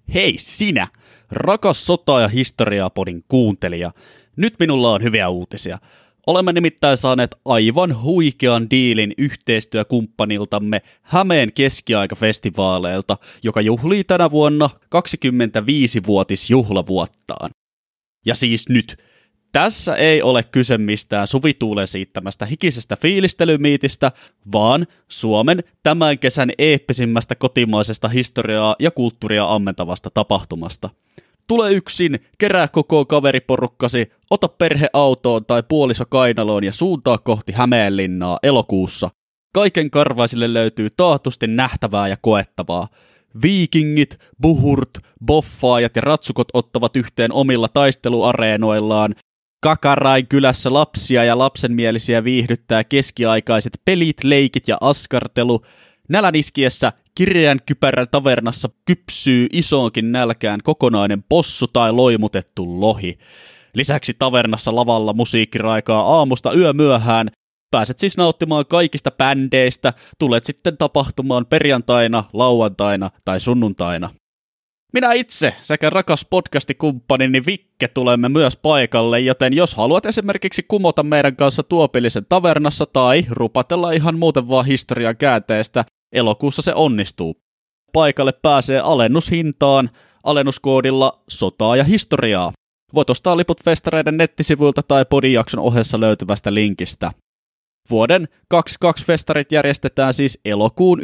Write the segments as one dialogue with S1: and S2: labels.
S1: Hei sinä, rakas sota- ja historiapodin kuuntelija. Nyt minulla on hyviä uutisia. Olemme nimittäin saaneet aivan huikean diilin yhteistyökumppaniltamme Hämeen keskiaikafestivaaleilta, joka juhlii tänä vuonna 25-vuotisjuhlavuottaan. Ja siis nyt. Tässä ei ole kyse mistään Suvituulen siittämästä hikisestä fiilistelymiitistä, vaan Suomen tämän kesän eeppisimmästä kotimaisesta historiaa ja kulttuuria ammentavasta tapahtumasta. Tule yksin, kerää koko kaveriporukkasi, ota perhe autoon tai puoliso kainaloon ja suuntaa kohti Hämeenlinnaa elokuussa. Kaiken karvaisille löytyy taatusti nähtävää ja koettavaa. Viikingit, buhurt, boffaajat ja ratsukot ottavat yhteen omilla taisteluareenoillaan. Kakarain kylässä lapsia ja lapsenmielisiä viihdyttää keskiaikaiset pelit, leikit ja askartelu. Nälän iskiessä kirjan kypärän tavernassa kypsyy isoonkin nälkään kokonainen possu tai loimutettu lohi. Lisäksi tavernassa lavalla musiikkiraikaa aamusta yömyöhään. Pääset siis nauttimaan kaikista bändeistä, tulet sitten tapahtumaan perjantaina, lauantaina tai sunnuntaina. Minä itse sekä rakas podcastikumppanini Vikke tulemme myös paikalle, joten jos haluat esimerkiksi kumota meidän kanssa Tuopillisen tavernassa tai rupatella ihan muuten vaan historian käänteestä, elokuussa se onnistuu. Paikalle pääsee alennushintaan, alennuskoodilla sotaa ja historiaa. Voit ostaa liput festareiden nettisivuilta tai podijakson ohessa löytyvästä linkistä. Vuoden 22 festarit järjestetään siis elokuun 19-21.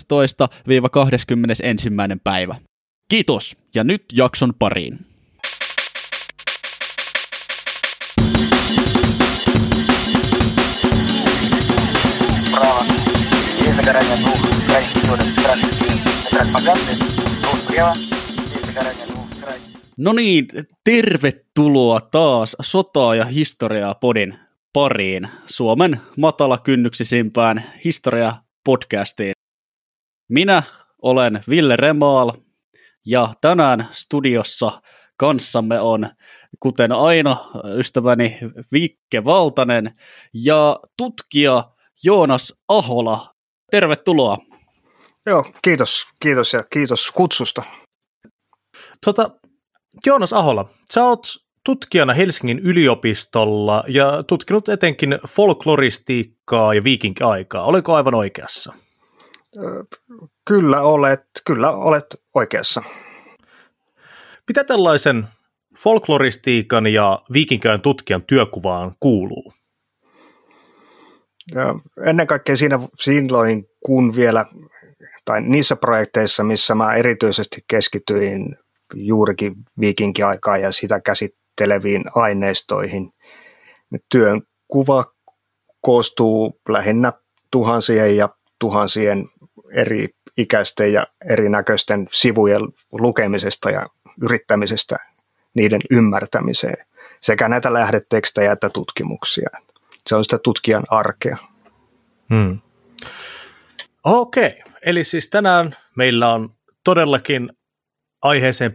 S1: päivä. Kiitos, ja nyt jakson pariin. No niin, tervetuloa taas Sotaa ja historiaa podin pariin, Suomen matalakynnyksisimpään historia-podcastiin. Minä olen Ville Remaal, ja tänään studiossa kanssamme on, kuten aina, ystäväni Vikke Valtanen ja tutkija Joonas Ahola. Tervetuloa.
S2: Joo, kiitos ja kiitos kutsusta.
S3: Joonas Ahola, sä oot tutkijana Helsingin yliopistolla ja tutkinut etenkin folkloristiikkaa ja viikinkiaikaa. Oliko aivan oikeassa?
S2: Kyllä olet oikeassa.
S3: Mitä tällaisen folkloristiikan ja viikinkiajan tutkijan työkuvaan kuuluu?
S2: Ja ennen kaikkea silloin, kun vielä, tai niissä projekteissa, missä mä erityisesti keskityin juurikin viikinkiaikaan ja sitä käsitteleviin aineistoihin, työn kuva koostuu lähinnä tuhansien ja tuhansien eri ikäisten ja erinäköisten sivujen lukemisesta ja yrittämisestä niiden ymmärtämiseen, sekä näitä lähdetekstejä että tutkimuksia. Se on sitä tutkijan arkea.
S3: Okei, eli siis tänään meillä on todellakin aiheeseen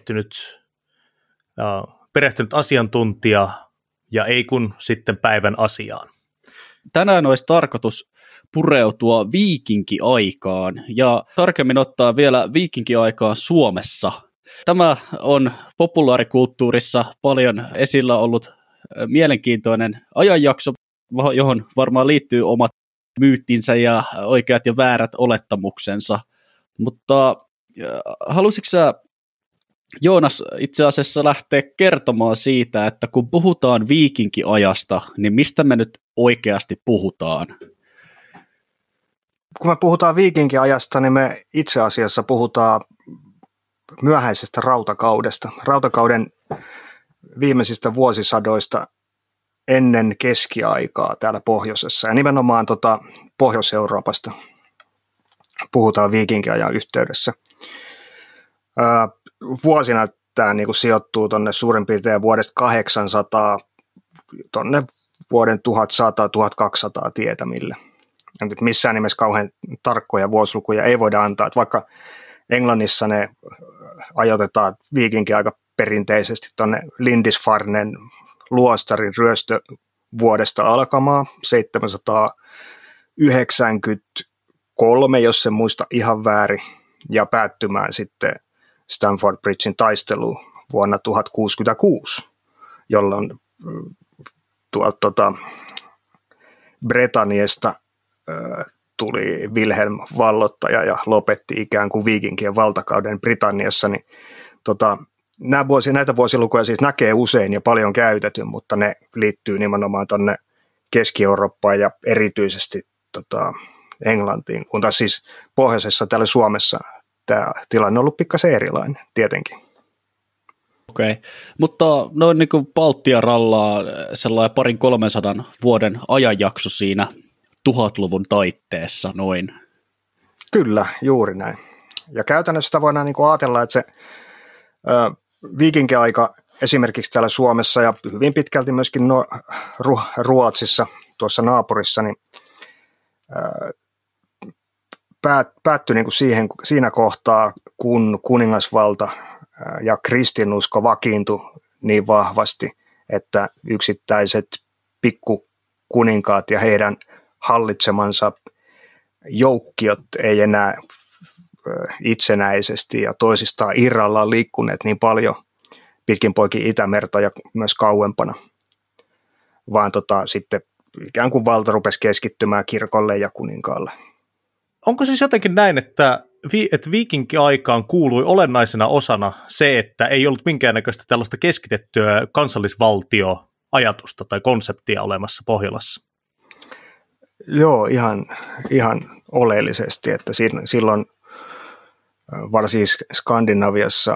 S3: perehtynyt asiantuntija ja ei kun sitten päivän asiaan.
S1: Tänään olisi tarkoitus pureutua viikinkiaikaan ja tarkemmin ottaa vielä viikinkiaikaan Suomessa. Tämä on populaarikulttuurissa paljon esillä ollut mielenkiintoinen ajanjakso, johon varmaan liittyy omat myyttinsä ja oikeat ja väärät olettamuksensa. Mutta halusitko sä, Joonas, itse asiassa lähteä kertomaan siitä, että kun puhutaan viikinkiajasta, niin mistä me nyt oikeasti puhutaan?
S2: Kun me puhutaan viikinkiajasta, niin me itse asiassa puhutaan myöhäisestä rautakaudesta. Rautakauden viimeisistä vuosisadoista ennen keskiaikaa täällä pohjoisessa. Ja nimenomaan Pohjois-Euroopasta puhutaan viikinkiajan yhteydessä. Vuosina tämä niin kuin sijoittuu tuonne suurin piirtein vuodesta 800 tuonne vuoden 1100-1200 tietämille. Ja nyt missään nimessä kauhean tarkkoja vuosilukuja ei voida antaa, että vaikka Englannissa ne ajoitetaan viikinkiaika perinteisesti tuonne Lindisfarnen luostarin ryöstövuodesta alkamaan 793, jos en muista ihan väärin, ja päättymään sitten Stamford Bridgein taistelu vuonna 1066, jolloin tuolta Britanniasta tuli Wilhelm vallottaja ja lopetti ikään kuin viikinkien valtakauden Britanniassa, niin näitä vuosilukuja siis näkee usein ja paljon käytetyn, mutta ne liittyy nimenomaan tuonne Keski-Eurooppaan ja erityisesti Englantiin, kun taas siis pohjoisessa täällä Suomessa tämä tilanne on ollut pikkasen erilainen tietenkin.
S1: Okei, mutta noin niin kuin Baltia rallaa sellainen 200-300 vuoden ajanjakso siinä 1000-luvun taitteessa noin.
S2: Kyllä, juuri näin. Ja käytännössä sitä voidaan niin kuin ajatella, että se viikinkiaika esimerkiksi täällä Suomessa ja hyvin pitkälti myöskin Ruotsissa, tuossa naapurissa, niin päättyi niin kuin siinä kohtaa, kun kuningasvalta ja kristinusko vakiintui niin vahvasti, että yksittäiset pikkukuninkaat ja heidän hallitsemansa joukkiot ei enää itsenäisesti ja toisistaan irrallaan liikkuneet niin paljon pitkin poikin Itämerta ja myös kauempana, vaan sitten ikään kuin valta rupesi keskittymään kirkolle ja kuninkaalle.
S3: Onko siis jotenkin näin, että viikinkiaikaan kuului olennaisena osana se, että ei ollut minkäännäköistä tällaista keskitettyä kansallisvaltioajatusta tai konseptia olemassa Pohjolassa?
S2: Joo, ihan oleellisesti, että silloin varsinkin Skandinaviassa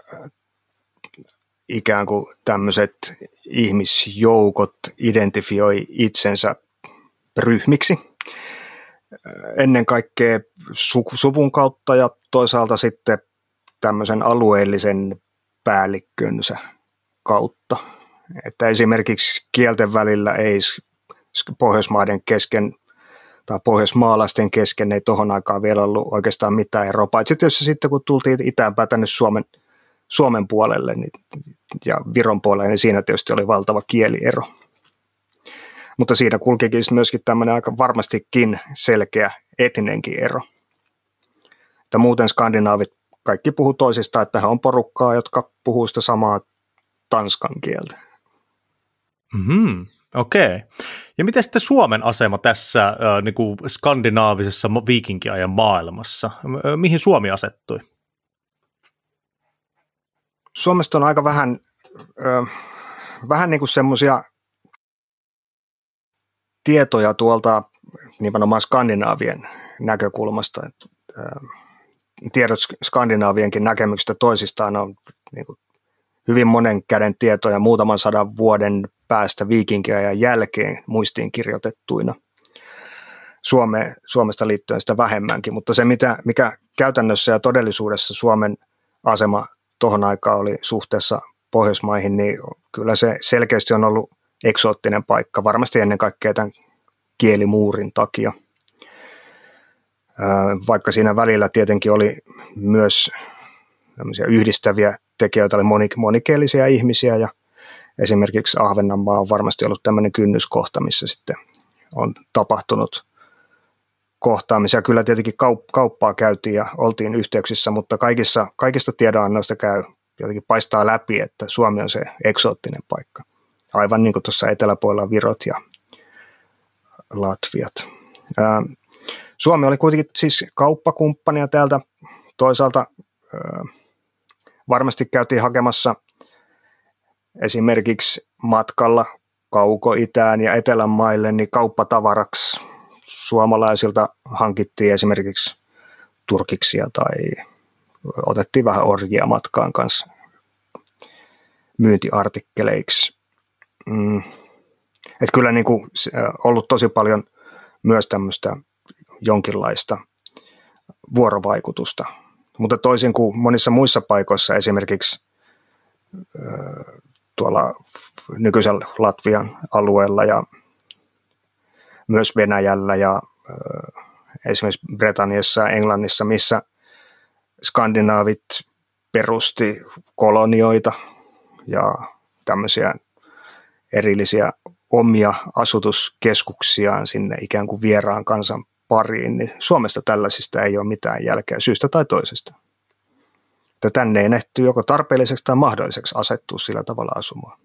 S2: ikään kuin tämmöiset ihmisjoukot identifioi itsensä ryhmiksi, ennen kaikkea suvun kautta ja toisaalta sitten tämmöisen alueellisen päällikkönsä kautta. Että esimerkiksi kielten välillä ei Pohjoismaiden kesken tai pohjoismaalaisten kesken ei tohon aikaan vielä ollut oikeastaan mitään eroa. Paitsi tietysti sitten kun tultiin itäänpäin tänne Suomen puolelle ja Viron puolelle, niin siinä tietysti oli valtava kieliero. Mutta siinä kulkikin myöskin tämmöinen aika varmastikin selkeä etninenkin ero. Että muuten skandinaavit kaikki puhuu toisistaan, että he on porukkaa, jotka puhuu sitä samaa tanskan kieltä.
S3: Mm-hmm. Okei. Ja miten sitten Suomen asema tässä niin kuin skandinaavisessa viikinkiajan maailmassa? Mihin Suomi asettui?
S2: Suomesta on aika vähän niin kuin semmoisia tietoja tuolta nimenomaan Skandinaavien näkökulmasta. Tiedot Skandinaavienkin näkemyksistä toisistaan on niin kuin hyvin monen käden tietoja muutaman 100 vuoden päästä viikinkiajan jälkeen muistiin kirjoitettuina. Suomesta liittyen sitä vähemmänkin, mutta se mikä käytännössä ja todellisuudessa Suomen asema tuohon aikaan oli suhteessa Pohjoismaihin, niin kyllä se selkeästi on ollut eksoottinen paikka, varmasti ennen kaikkea tämän kielimuurin takia. Vaikka siinä välillä tietenkin oli myös yhdistäviä tekijöitä, oli monikielisiä ihmisiä ja esimerkiksi Ahvenanmaa on varmasti ollut tämmöinen kynnyskohta, missä sitten on tapahtunut kohtaamisia. Kyllä tietenkin kauppaa käytiin ja oltiin yhteyksissä, mutta kaikista tiedonannoista jotenkin paistaa läpi, että Suomi on se eksoottinen paikka. Aivan niin kuin tuossa eteläpuolella Virot ja Latviat. Suomi oli kuitenkin siis kauppakumppania täältä. Toisaalta varmasti käytiin hakemassa esimerkiksi matkalla Kauko-Itään ja Etelän maille, niin kauppatavaraksi suomalaisilta hankittiin esimerkiksi turkiksia tai otettiin vähän orjia matkaan kanssa myyntiartikkeleiksi. Että kyllä niin kuin ollut tosi paljon myös tämmöistä jonkinlaista vuorovaikutusta. Mutta toisin kuin monissa muissa paikoissa, esimerkiksi tuolla nykyisellä Latvian alueella ja myös Venäjällä ja esimerkiksi Britanniassa ja Englannissa, missä skandinaavit perusti kolonioita ja tämmöisiä erillisiä omia asutuskeskuksiaan sinne ikään kuin vieraan kansan pariin, niin Suomesta tällaisista ei ole mitään jälkeä syystä tai toisesta. että tänne ei nähty joko tarpeelliseksi tai mahdolliseksi asettua sillä tavalla asumaan.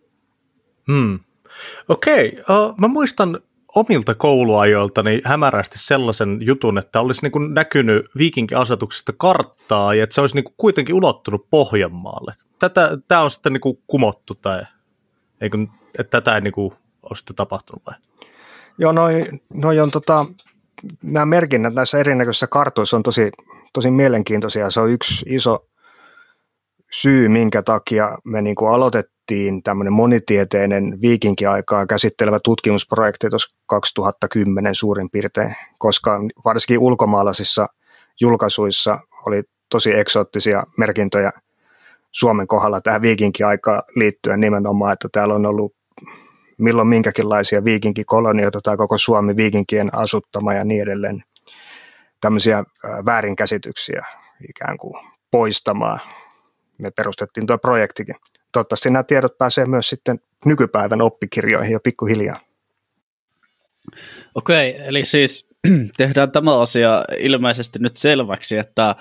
S3: Okei. Mä muistan omilta kouluajoiltani hämärästi sellaisen jutun, että olisi niin kuin näkynyt viikinkiasetuksesta karttaa ja että se olisi niin kuin kuitenkin ulottunut Pohjanmaalle. Tämä on sitten niin kuin kumottu tai että tätä ei niin kuin ole sitten tapahtunut vai?
S2: Joo, noi on nämä merkinnät näissä erinäköisissä kartoissa on tosi mielenkiintoisia. Se on yksi iso syy, minkä takia me niin kuin aloitettiin tämmöinen monitieteinen viikinkiaikaa käsittelevä tutkimusprojekti tuossa 2010 suurin piirtein, koska varsinkin ulkomaalaisissa julkaisuissa oli tosi eksoottisia merkintöjä Suomen kohdalla tähän viikinkiaikaan liittyen nimenomaan, että täällä on ollut milloin minkäkinlaisia viikinkikolonioita tai koko Suomi viikinkien asuttama ja niin edelleen. Tämmöisiä väärinkäsityksiä ikään kuin poistamaan. Me perustettiin tuo projektikin. Toivottavasti nämä tiedot pääsee myös sitten nykypäivän oppikirjoihin jo pikkuhiljaa.
S1: Okei, eli siis tehdään tämä asia ilmeisesti nyt selväksi, että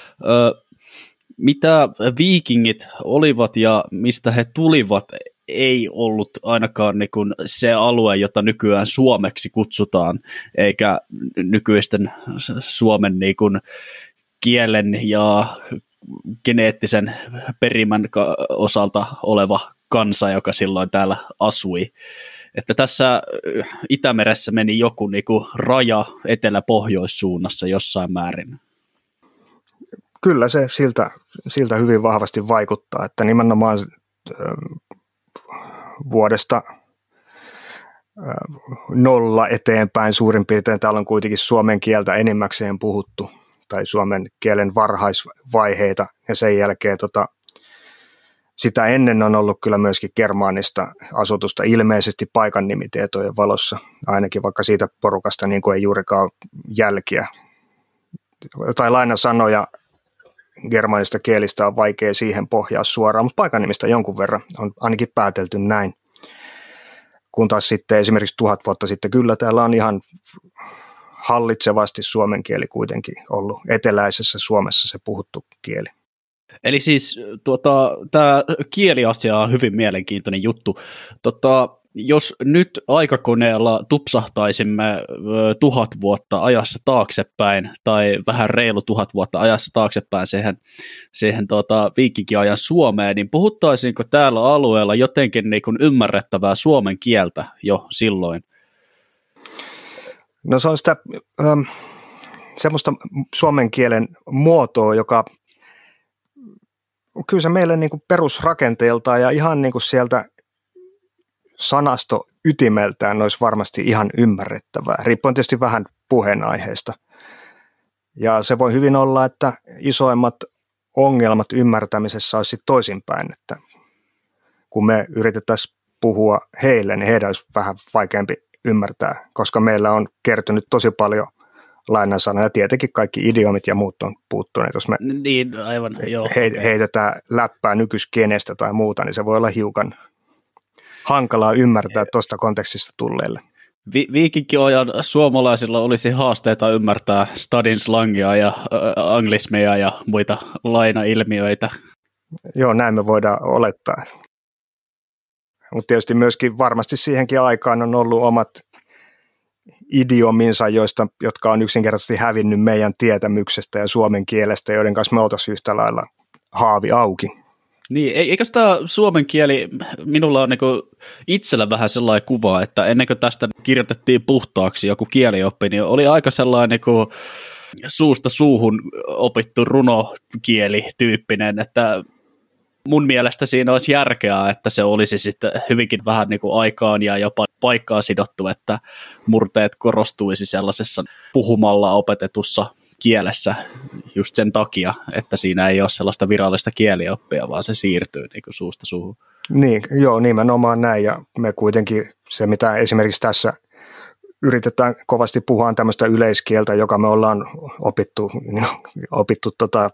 S1: mitä viikingit olivat ja mistä he tulivat, ei ollut ainakaan niin kuin se alue, jota nykyään Suomeksi kutsutaan, eikä nykyisten Suomen niin kuin kielen ja geneettisen perimän osalta oleva kansa, joka silloin täällä asui. Että tässä Itämeressä meni joku niin kuin raja etelä-pohjoissuunnassa jossain määrin.
S2: Kyllä se siltä hyvin vahvasti vaikuttaa, että nimenomaan vuodesta 0 eteenpäin suurin piirtein täällä on kuitenkin suomen kieltä enimmäkseen puhuttu tai suomen kielen varhaisvaiheita ja sen jälkeen sitä ennen on ollut kyllä myöskin germaanista asutusta ilmeisesti paikan nimitietojen valossa, ainakin vaikka siitä porukasta niin kuin ei juurikaan jälkiä. Tai lainasanoja germaanista kielistä on vaikea siihen pohjaa suoraan, mutta paikanimistä jonkun verran on ainakin päätelty näin. Kun taas sitten esimerkiksi 1000 vuotta sitten kyllä täällä on ihan hallitsevasti suomen kieli kuitenkin ollut eteläisessä Suomessa se puhuttu kieli.
S1: Eli siis tämä kieliasia on hyvin mielenkiintoinen juttu. Jos nyt aikakoneella tupsahtaisimme 1000 vuotta ajassa taaksepäin, tai vähän reilu 1000 vuotta ajassa taaksepäin siihen viikinkiajan Suomeen, niin puhuttaisiinko täällä alueella jotenkin niin kuin ymmärrettävää suomen kieltä jo silloin?
S2: No se on sitä semmoista suomen kielen muotoa, joka kyllä se meille niin kuin perusrakenteeltaan ja ihan niin kuin sieltä sanasto ytimeltään olisi varmasti ihan ymmärrettävää, riippuen tietysti vähän puheenaiheesta. Ja se voi hyvin olla, että isoimmat ongelmat ymmärtämisessä olisi toisinpäin, että kun me yritettäisiin puhua heille, niin heidän olisi vähän vaikeampi ymmärtää, koska meillä on kertynyt tosi paljon lainansanoja, tietenkin kaikki idiomit ja muut on puuttuneet. Jos me
S1: niin, aivan, joo.
S2: heitetään läppää nykyskenestä tai muuta, niin se voi olla hiukan hankalaa ymmärtää tuosta kontekstista tulleille.
S1: Viikinkiajan suomalaisilla olisi haasteita ymmärtää stadin slangia ja anglismeja ja muita lainailmiöitä.
S2: Joo, näin me voidaan olettaa. Mutta tietysti myöskin varmasti siihenkin aikaan on ollut omat idiominsa, jotka on yksinkertaisesti hävinnyt meidän tietämyksestä ja suomen kielestä, joiden kanssa me oltaisiin yhtä lailla haavi auki.
S1: Niin, eikö tämä suomen kieli, minulla on niinku itsellä vähän sellainen kuva, että ennen kuin tästä kirjoitettiin puhtaaksi joku kielioppi, niin oli aika sellainen niinku suusta suuhun opittu runokieli tyyppinen, että mun mielestä siinä olisi järkeä, että se olisi sitten hyvinkin vähän niin kuin aikaan ja jopa paikkaa sidottu, että murteet korostuisi sellaisessa puhumalla opetetussa kielessä just sen takia, että siinä ei ole sellaista virallista kielioppia, vaan se siirtyy niin kuin suusta suuhun.
S2: Niin, joo, nimenomaan näin, ja me kuitenkin se, mitä esimerkiksi tässä yritetään kovasti puhua, on tämmöistä yleiskieltä, joka me ollaan opittu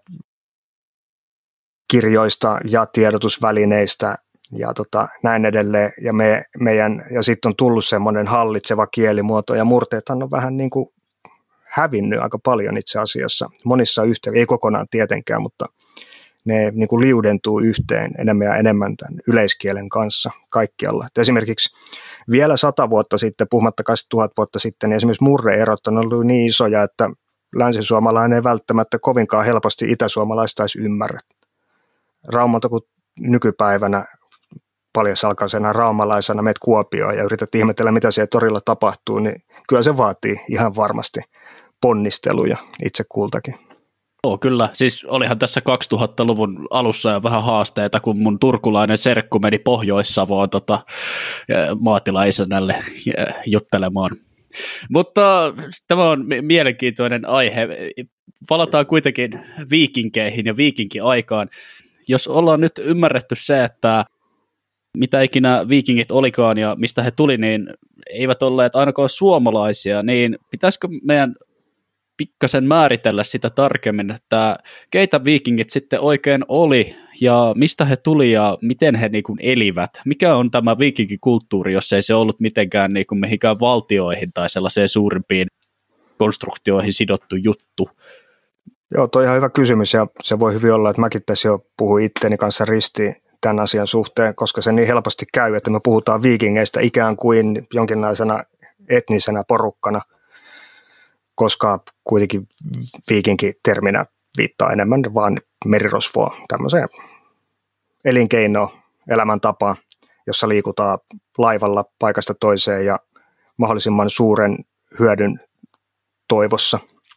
S2: kirjoista ja tiedotusvälineistä ja näin edelleen, ja sitten on tullut semmoinen hallitseva kielimuoto, ja murteethan on vähän niin kuin hävinnyt aika paljon itse asiassa. Monissa ei kokonaan tietenkään, mutta ne niin kuin liudentuu yhteen enemmän ja enemmän tämän yleiskielen kanssa kaikkialla. Et esimerkiksi vielä 100 vuotta sitten, puhumattakaan 1000 vuotta sitten, niin esimerkiksi murre-erot on ollut niin isoja, että länsisuomalainen ei välttämättä kovinkaan helposti itäsuomalaista edes ymmärrä. Raumalta kun nykypäivänä paljasalkaisena raumalaisena meet Kuopioon ja yrität ihmetellä, mitä siellä torilla tapahtuu, niin kyllä se vaatii ihan varmasti ponnisteluja itse kultakin.
S1: Joo, kyllä. Siis olihan tässä 2000-luvun alussa jo vähän haasteita, kun mun turkulainen serkku meni Pohjois-Savoon maatilaisennälle juttelemaan. Mutta tämä on mielenkiintoinen aihe. Palataan kuitenkin viikinkeihin ja viikinkiaikaan. Jos ollaan nyt ymmärretty se, että mitä ikinä viikingit olikaan ja mistä he tuli, niin eivät olleet ainakaan suomalaisia, niin pitäisikö meidän pikkasen määritellä sitä tarkemmin, että keitä viikingit sitten oikein oli ja mistä he tuli ja miten he niin kuin elivät. Mikä on tämä viikinkikulttuuri, jos ei se ollut mitenkään niin kuin mihinkään valtioihin tai sellaiseen suurimpiin konstruktioihin sidottu juttu?
S2: Joo, toi on ihan hyvä kysymys ja se voi hyvin olla, että mäkin tässä jo puhuin itteeni kanssa ristiin tämän asian suhteen, koska se niin helposti käy, että me puhutaan viikingeistä ikään kuin jonkinlaisena etnisenä porukkana, koska kuitenkin viikinki-terminä viittaa enemmän vaan merirosvoa, tämmöiseen elinkeinoon, elämäntapaan, jossa liikutaan laivalla paikasta toiseen ja mahdollisimman suuren hyödyn toivossa.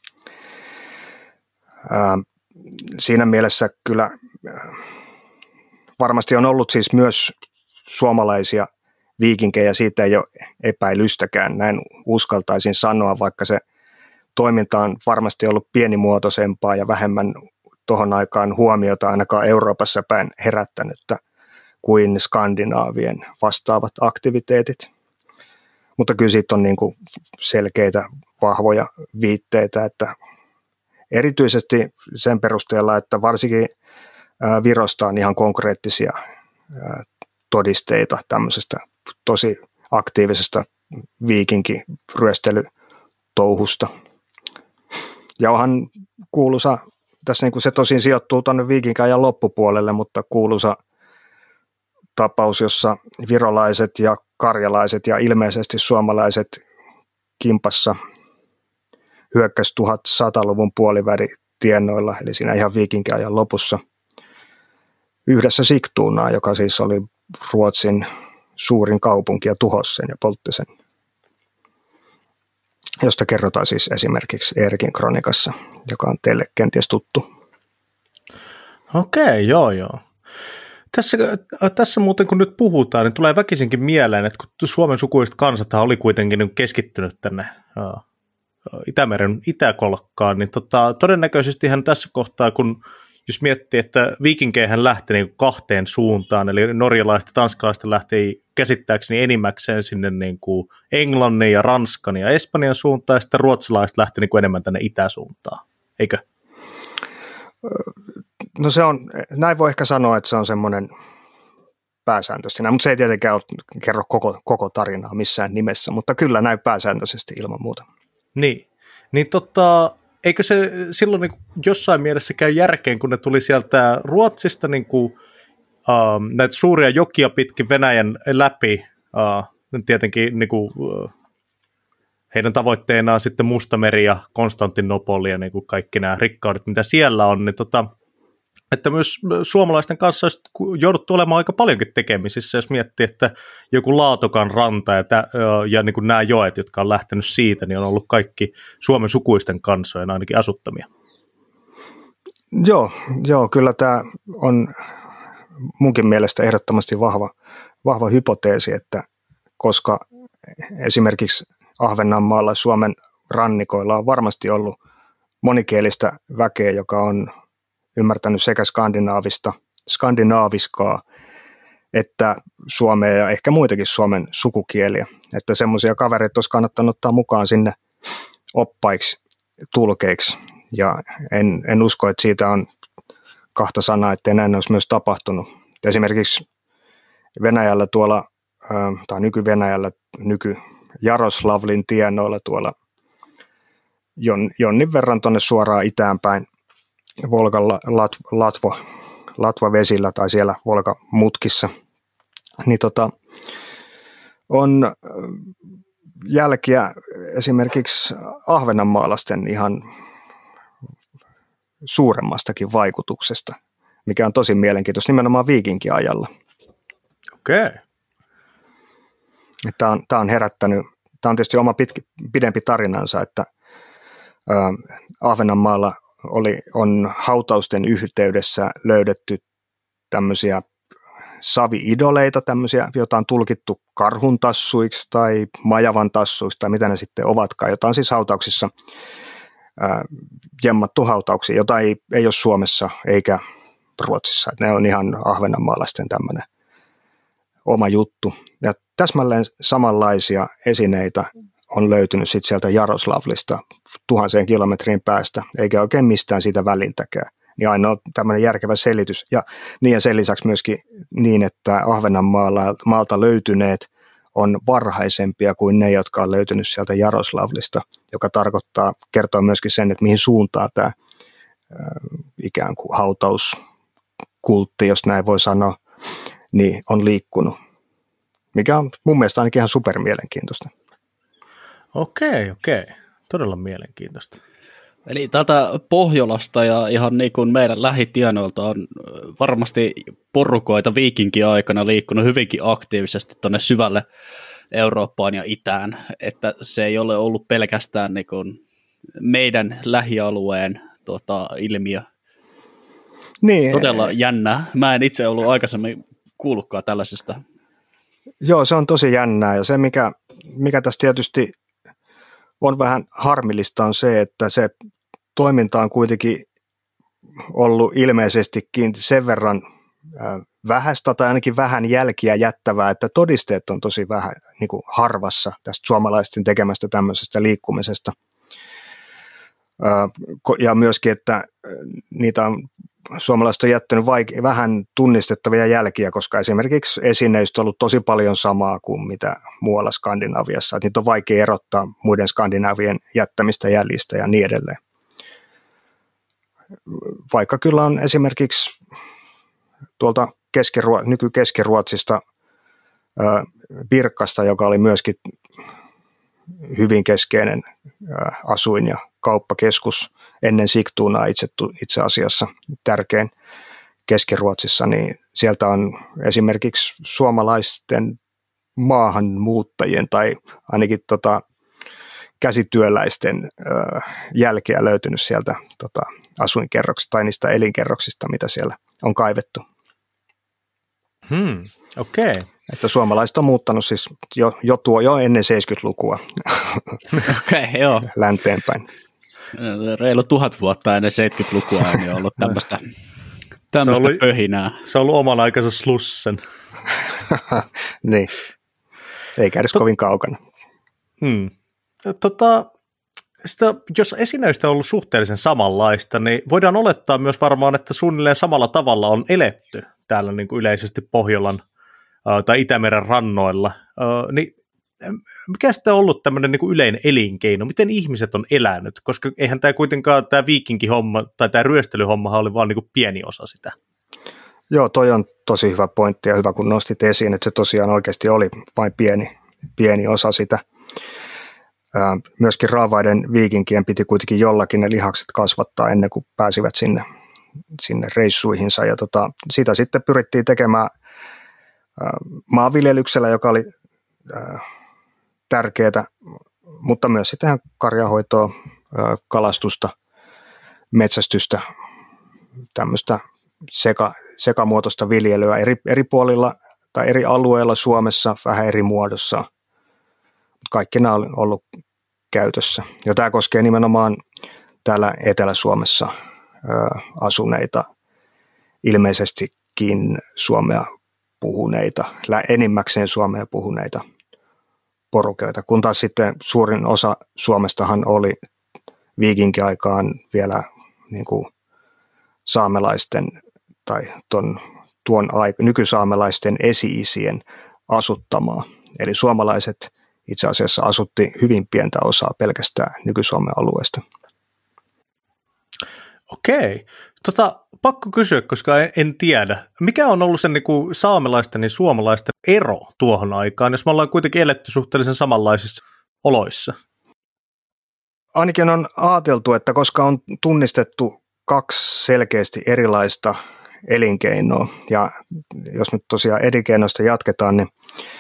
S2: Siinä mielessä kyllä varmasti on ollut siis myös suomalaisia viikinkejä, siitä ei ole epäilystäkään, näin uskaltaisin sanoa, vaikka se toiminta on varmasti ollut pienimuotoisempaa ja vähemmän tuohon aikaan huomiota ainakaan Euroopassa päin herättänyttä kuin Skandinaavien vastaavat aktiviteetit. Mutta kyllä siitä on niin kuin selkeitä, vahvoja viitteitä, että erityisesti sen perusteella, että varsinkin Virosta on ihan konkreettisia todisteita tämmöisestä tosi aktiivisesta viikinkiryöstelytouhusta. Ja onhan kuuluisa, tässä niin kuin se tosin sijoittuu tuonne viikinkiajan loppupuolelle, mutta kuuluisa tapaus, jossa virolaiset ja karjalaiset ja ilmeisesti suomalaiset kimpassa hyökkäsi 1100-luvun puolivälitiennoilla, eli siinä ihan viikinkiajan lopussa, yhdessä Sigtunaan, joka siis oli Ruotsin suurin kaupunki, ja tuhosi sen ja poltti sen, josta kerrotaan siis esimerkiksi Eerikin kronikassa, joka on teille kenties tuttu.
S3: Okei, joo. Tässä muuten kun nyt puhutaan, niin tulee väkisinkin mieleen, että kun Suomen sukuiset kansat oli kuitenkin keskittynyt tänne Itämeren itäkolkkaan, niin todennäköisestihän tässä kohtaa, kun jos miettii, että viikinkeihän lähti niin kahteen suuntaan, eli norjalaiset ja tanskalaiset lähti käsittääkseni enimmäkseen sinne niin kuin Englannin ja Ranskan ja Espanjan suuntaan, ja sitten ruotsalaiset lähti niin kuin enemmän tänne itäsuuntaan, eikö?
S2: No se on, näin voi ehkä sanoa, että se on semmoinen pääsääntöisesti, mutta se ei tietenkään kerro koko tarinaa missään nimessä, mutta kyllä näin pääsääntöisesti ilman muuta. Niin
S3: eikö se silloin niin kuin jossain mielessä käy järkeen, kun ne tuli sieltä Ruotsista niin kuin, näitä suuria jokia pitkin Venäjän läpi, tietenkin niin kuin, heidän tavoitteenaan sitten Mustameri ja Konstantinopoli ja niin kuin kaikki nämä rikkaudet, mitä siellä on, niin että myös suomalaisten kanssa olisi jouduttu olemaan aika paljonkin tekemisissä, jos miettii, että joku Laatokan ranta ja niin kuin nämä joet, jotka on lähtenyt siitä, niin on ollut kaikki Suomen sukuisten kansojen ainakin asuttamia.
S2: Joo, kyllä tämä on munkin mielestä ehdottomasti vahva hypoteesi, että koska esimerkiksi Ahvenanmaalla Suomen rannikoilla on varmasti ollut monikielistä väkeä, joka on ymmärtänyt sekä skandinaaviskaa että suomea ja ehkä muitakin Suomen sukukieliä. Että semmoisia kavereita olisi kannattanut ottaa mukaan sinne oppaiksi, tulkeiksi. Ja en usko, että siitä on kahta sanaa, että näin olisi myös tapahtunut. Esimerkiksi Venäjällä tuolla, tai nyky-Venäjällä, nyky-Jaroslavlin tienoilla tuolla jonnin verran tuonne suoraan itäänpäin Volgan Latvavesillä tai siellä Volga-mutkissa, niin on jälkiä esimerkiksi ahvenanmaalaisten ihan suuremmastakin vaikutuksesta, mikä on tosi mielenkiintoista nimenomaan viikinkiajalla.
S3: Okei.
S2: Tämä on herättänyt, tämä on tietysti oma pidempi tarinansa, että Ahvenanmaalla on hautausten yhteydessä löydetty tämmöisiä savi-idoleita, tämmöisiä, joita on tulkittu karhuntassuiksi tai majavan tassuiksi tai mitä ne sitten ovatkaan, jota on siis hautauksissa jemmattu hautauksia, jota ei ole Suomessa eikä Ruotsissa. Ne on ihan ahvenanmaalaisten tämmöinen oma juttu. Ja täsmälleen samanlaisia esineitä on löytynyt sitten sieltä Jaroslavlista 1000 kilometrin päästä, eikä oikein mistään siitä väliltäkään. Niin ainoa tämmöinen järkevä selitys. Ja sen lisäksi myöskin niin, että Ahvenanmaalta löytyneet on varhaisempia kuin ne, jotka on löytynyt sieltä Jaroslavlista, joka kertoo myöskin sen, että mihin suuntaan tämä ikään kuin hautauskultti, jos näin voi sanoa, niin on liikkunut. Mikä on mun mielestä ainakin ihan supermielenkiintoista.
S3: Okei. Todella mielenkiintoista.
S1: Eli täältä Pohjolasta ja ihan niin kuin meidän lähitienoilta on varmasti porukoita viikinki-aikana liikkunut hyvinkin aktiivisesti tuonne syvälle Eurooppaan ja itään, että se ei ole ollut pelkästään niin kuin meidän lähialueen ilmiö.
S2: Niin.
S1: Todella jännää. Mä en itse ollut aikaisemmin kuullutkaan tällaisesta.
S2: Joo, se on tosi jännää ja se mikä tässä tietysti on vähän harmillista on se, että se toiminta on kuitenkin ollut ilmeisestikin sen verran vähäistä tai ainakin vähän jälkiä jättävää, että todisteet on tosi vähän niin kuin harvassa tästä suomalaisten tekemästä tämmöisestä liikkumisesta. Ja myöskin, että niitä on suomalaiset on jättänyt vähän tunnistettavia jälkiä, koska esimerkiksi esineistä on ollut tosi paljon samaa kuin mitä muualla Skandinaviassa. Niitä on vaikea erottaa muiden Skandinavien jättämistä jäljistä ja niin edelleen. Vaikka kyllä on esimerkiksi tuolta nyky-Keski-Ruotsista Birkasta, joka oli myöskin hyvin keskeinen asuin- ja kauppakeskus ennen Sigtunaa itse asiassa tärkein Keski-Ruotsissa, niin sieltä on esimerkiksi suomalaisten maahanmuuttajien tai ainakin käsityöläisten jälkeä löytynyt sieltä asuinkerroksista tai niistä elinkerroksista, mitä siellä on kaivettu.
S3: Okei.
S2: Että suomalaiset on muuttanut siis jo ennen 70-lukua
S1: Joo.
S2: länteenpäin.
S1: Reilu 1000 vuotta ennen 70-lukua on ollut tämmöistä pöhinää.
S3: Se on ollut oman aikansa Slussen.
S2: Niin, eikä edes kovin kaukana.
S3: Jos esineistä on ollut suhteellisen samanlaista, niin voidaan olettaa myös varmaan, että suunnilleen samalla tavalla on eletty täällä niin kuin yleisesti Pohjolan tai Itämeren rannoilla. Niin mikä sitten on ollut tämmöinen niin kuin yleinen elinkeino? Miten ihmiset on elänyt? Koska eihän tämä kuitenkaan tämä viikinkihomma tai tämä ryöstelyhommahan oli vaan niin kuin pieni osa sitä.
S2: Joo, toi on tosi hyvä pointti ja hyvä kun nostit esiin, että se tosiaan oikeasti oli vain pieni osa sitä. Myöskin raavaiden viikinkien piti kuitenkin jollakin ne lihakset kasvattaa ennen kuin pääsivät sinne reissuihinsa. Ja sitä sitten pyrittiin tekemään maanviljelyksellä, joka oli tärkeää, mutta myös sitten karjanhoitoa, kalastusta, metsästystä, tämmöistä sekamuotoista viljelyä eri puolilla tai eri alueilla Suomessa vähän eri muodossa. Kaikki nämä on ollut käytössä. Ja tämä koskee nimenomaan täällä Etelä-Suomessa asuneita, ilmeisestikin suomea puhuneita, enimmäkseen suomea puhuneita porukoita. Kun taas sitten suurin osa Suomestahan oli viikinkiaikaan vielä niin kuin saamelaisten tai nykysaamelaisten esi-isien asuttamaa. Eli suomalaiset itse asiassa asutti hyvin pientä osaa pelkästään Nyky-Suomen alueesta.
S3: Okei. Pakko kysyä, koska en tiedä. Mikä on ollut sen niin kuin saamelaisten ja suomalaisten ero tuohon aikaan, jos me ollaan kuitenkin eletty suhteellisen samanlaisissa oloissa?
S2: Ainakin on ajateltu, että koska on tunnistettu kaksi selkeästi erilaista elinkeinoa, ja jos nyt tosiaan elinkeinosta jatketaan, niin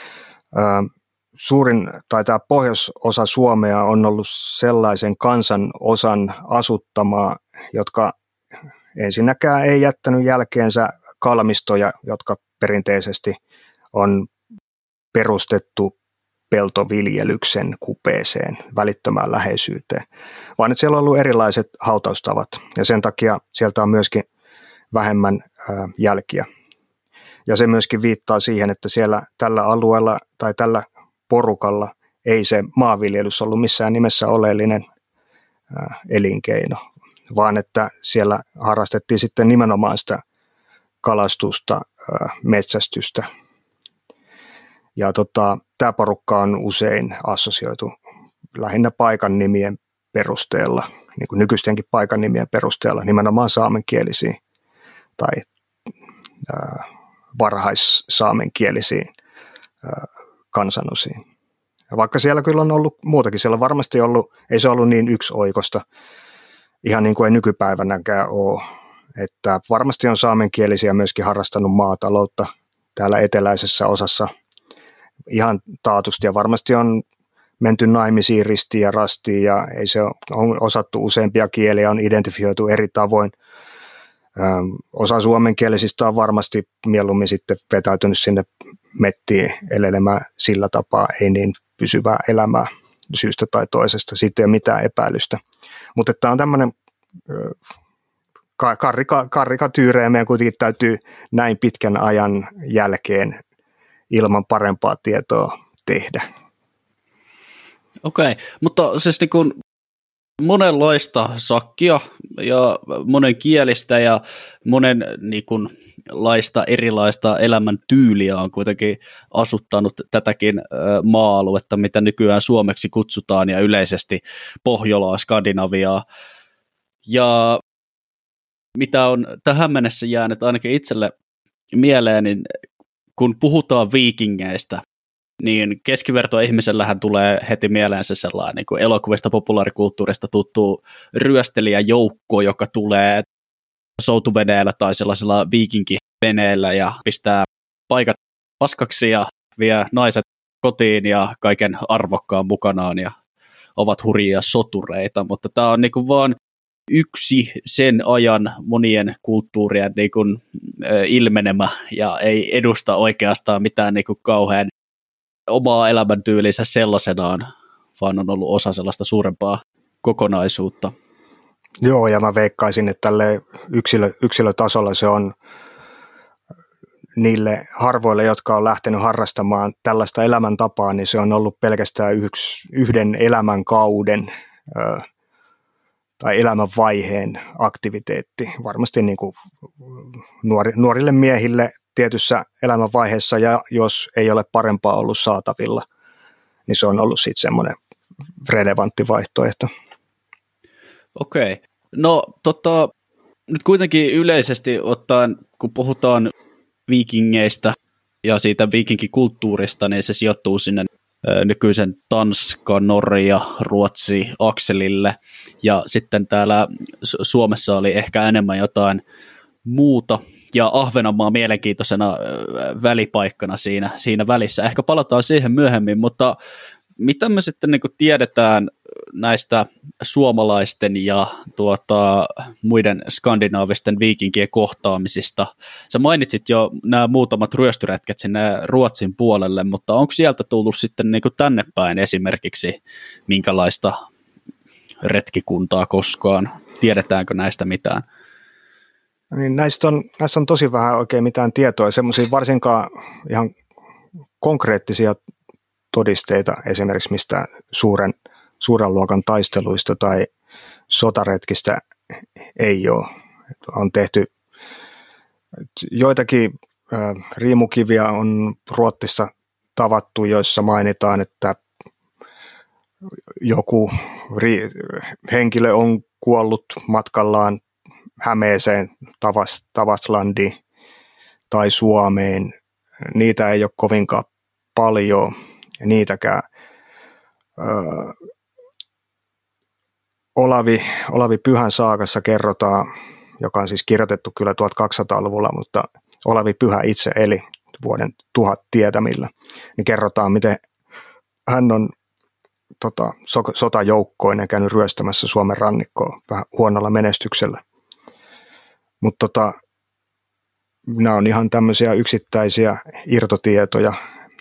S2: suurin tai tämä pohjoisosa Suomea on ollut sellaisen kansan osan asuttamaa, jotka ensinnäkään ei jättänyt jälkeensä kalmistoja, jotka perinteisesti on perustettu peltoviljelyksen kupeeseen välittömään läheisyyteen, vaan että siellä on ollut erilaiset hautaustavat ja sen takia sieltä on myöskin vähemmän jälkiä. Ja se myöskin viittaa siihen, että siellä tällä alueella tai tällä porukalla ei se maanviljelys ollut missään nimessä oleellinen elinkeino, vaan että siellä harrastettiin sitten nimenomaan sitä kalastusta, metsästystä. Ja tämä porukka on usein assosioitu lähinnä paikan nimien perusteella, niin kuin nykyistenkin paikan nimien perusteella, nimenomaan saamenkielisiin tai varhaissaamenkielisiin kansanosiin. Ja vaikka siellä kyllä on ollut muutakin, siellä on varmasti ollut, ei se ollut niin yksioikoista, ihan niin kuin ei nykypäivänäkään ole, että varmasti on saamenkielisiä myöskin harrastanut maataloutta täällä eteläisessä osassa ihan taatusti, ja varmasti on menty naimisiin ristiin ja rastiin, ja ei se on osattu useampia kieliä, on identifioitu eri tavoin. Osa suomenkielisistä on varmasti mieluummin sitten vetäytynyt sinne mettiin elelemään sillä tapaa, ei niin pysyvää elämää syystä tai toisesta, siitä ei ole mitään epäilystä. Mutta tämä on tämmöinen karikatyyreä, meidän kuitenkin täytyy näin pitkän ajan jälkeen ilman parempaa tietoa tehdä.
S1: Okei, mutta siis niin kuin monenlaista sakkia ja monenkielistä ja monenlaista erilaista elämäntyyliä on kuitenkin asuttanut tätäkin maa-aluetta, mitä nykyään suomeksi kutsutaan ja yleisesti Pohjolaa, Skandinaviaa. Ja mitä on tähän mennessä jäänyt ainakin itselle mieleen, niin kun puhutaan viikingeistä, niin keskivertoihmisellähän tulee heti mieleen se sellainen niin kuin elokuvista populaarikulttuurista tuttu ryöstelijäjoukko, joka tulee soutuveneellä tai sellaisella viikinkiveneellä ja pistää paikat paskaksi ja vie naiset kotiin ja kaiken arvokkaan mukanaan ja ovat hurjia sotureita, mutta tämä on niin kuin vaan yksi sen ajan monien kulttuurien niin kuin ilmenemä ja ei edusta oikeastaan mitään niin kuin kauhean omaa elämäntyylinsä sellaisenaan, vaan on ollut osa sellaista suurempaa kokonaisuutta.
S2: Joo, ja mä veikkaisin, että tälle yksilötasolla se on niille harvoille, jotka on lähtenyt harrastamaan tällaista elämäntapaa, niin se on ollut pelkästään yhden elämänkauden tai elämänvaiheen aktiviteetti. Varmasti niin kuin nuorille miehille tietyssä elämänvaiheessa, ja jos ei ole parempaa ollut saatavilla, niin se on ollut sitten semmoinen relevantti vaihtoehto.
S1: Okei. No nyt kuitenkin yleisesti ottaen, kun puhutaan viikingeistä ja siitä viikinkikulttuurista, niin se sijoittuu sinne nykyisen Tanska, Norja, Ruotsi akselille, ja sitten täällä Suomessa oli ehkä enemmän jotain muuta, ja Ahvenanmaa mielenkiintoisena välipaikkana siinä välissä. Ehkä palataan siihen myöhemmin, mutta mitä me sitten niin kuin tiedetään näistä suomalaisten ja muiden skandinaavisten viikinkien kohtaamisista? Sä mainitsit jo nämä muutamat ryöstöretket sinne Ruotsin puolelle, mutta onko sieltä tullut sitten niin kuin tänne päin esimerkiksi minkälaista retkikuntaa koskaan? Tiedetäänkö näistä mitään?
S2: Niin näistä on tosi vähän oikein mitään tietoa, semmoisia varsinkaan ihan konkreettisia todisteita esimerkiksi mistä suuren luokan taisteluista tai sotaretkistä ei ole. On tehty joitakin riimukiviä on Ruotsissa tavattu, joissa mainitaan, että joku henkilö on kuollut matkallaan Hämeeseen, Tavastlandiin tai Suomeen, niitä ei ole kovinkaan paljon, ja niitäkään. Olavi Pyhän saakassa kerrotaan, joka on siis kirjoitettu kyllä 1200-luvulla, mutta Olavi Pyhä itse eli vuoden 1000 tietämillä, niin kerrotaan, miten hän on sotajoukkoinen käynyt ryöstämässä Suomen rannikkoa vähän huonolla menestyksellä. Mutta nämä on ihan tämmöisiä yksittäisiä irtotietoja.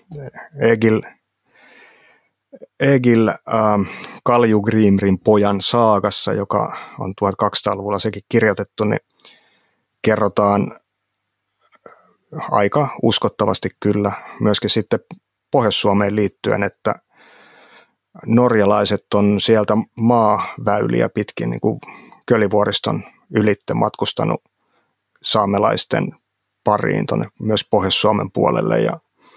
S2: Egil Kaljugrimrin pojan saagassa, joka on 1200-luvulla sekin kirjoitettu, niin kerrotaan aika uskottavasti kyllä myöskin sitten Pohjois-Suomeen liittyen, että norjalaiset on sieltä maaväyliä pitkin niin kuin Kölivuoriston ylitte matkustanut saamelaisten pariin tuonne myös Pohjois-Suomen puolelle ja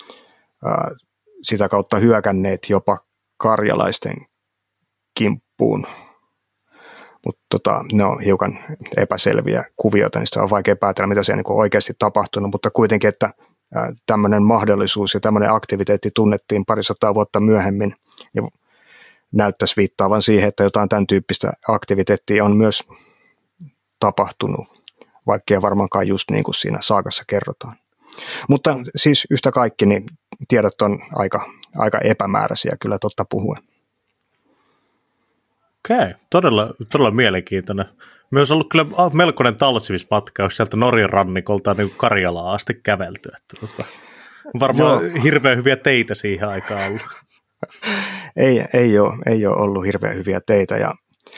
S2: sitä kautta hyökänneet jopa karjalaisten kimppuun. Mutta ne on hiukan epäselviä kuvioita, niistä on vaikea päätellä, mitä siellä on oikeasti tapahtunut, mutta kuitenkin, että tämmöinen mahdollisuus ja tämmöinen aktiviteetti tunnettiin parisataa vuotta myöhemmin, niin näyttäisi viittaavan siihen, että jotain tämän tyyppistä aktiviteettia on myös tapahtunut, vaikkei varmaankaan just niin kuin siinä saakassa kerrotaan. Mutta siis yhtä kaikki, niin tiedot on aika epämääräisiä kyllä totta puhuen.
S3: Okei, todella mielenkiintoinen. Myös ollut kyllä melkoinen talsimismatkaus sieltä Norjan rannikolta niin Karjalaan asti kävelty. Että varmaan hirveän hyviä teitä siihen aikaan ollut.
S2: Ei ole ollut hirveän hyviä teitä,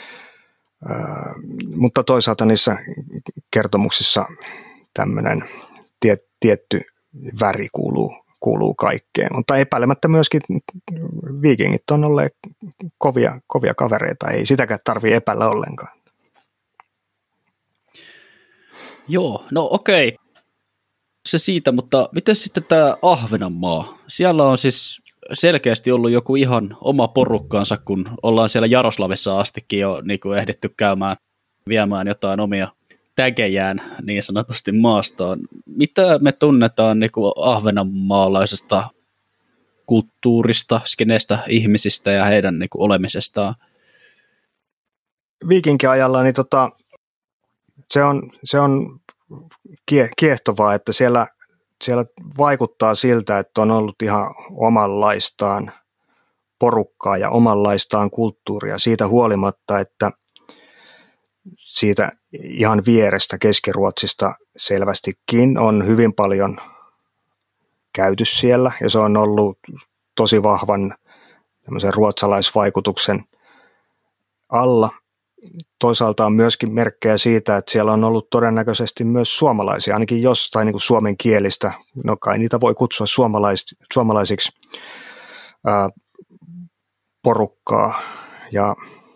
S2: mutta toisaalta niissä kertomuksissa tämmöinen tietty väri kuuluu kaikkeen. Mutta epäilemättä myöskin viikingit on olleet kovia kavereita, ei sitäkään tarvitse epäillä ollenkaan.
S1: Joo, no okei. Se siitä, mutta miten sitten tämä Ahvenanmaa? Siellä on siis selkeästi ollut joku ihan oma porukkaansa, kun ollaan siellä Jaroslavissa astikin jo niin kuin ehditty viemään jotain omia tägejään niin sanotusti maastoon. Mitä me tunnetaan niin kuin ahvenanmaalaisesta kulttuurista, skeneestä, ihmisistä ja heidän niin kuin olemisestaan?
S2: Viikinkiajalla niin se on kiehtovaa, että siellä vaikuttaa siltä, että on ollut ihan omanlaistaan porukkaa ja omanlaistaan kulttuuria siitä huolimatta, että siitä ihan vierestä Keski-Ruotsista selvästikin on hyvin paljon käyty siellä ja se on ollut tosi vahvan tämmöisen ruotsalaisvaikutuksen alla. Toisaalta on myöskin merkkejä siitä, että siellä on ollut todennäköisesti myös suomalaisia, ainakin jostain niin kuin suomenkielistä, no kai niitä voi kutsua suomalaisiksi porukkaa, ja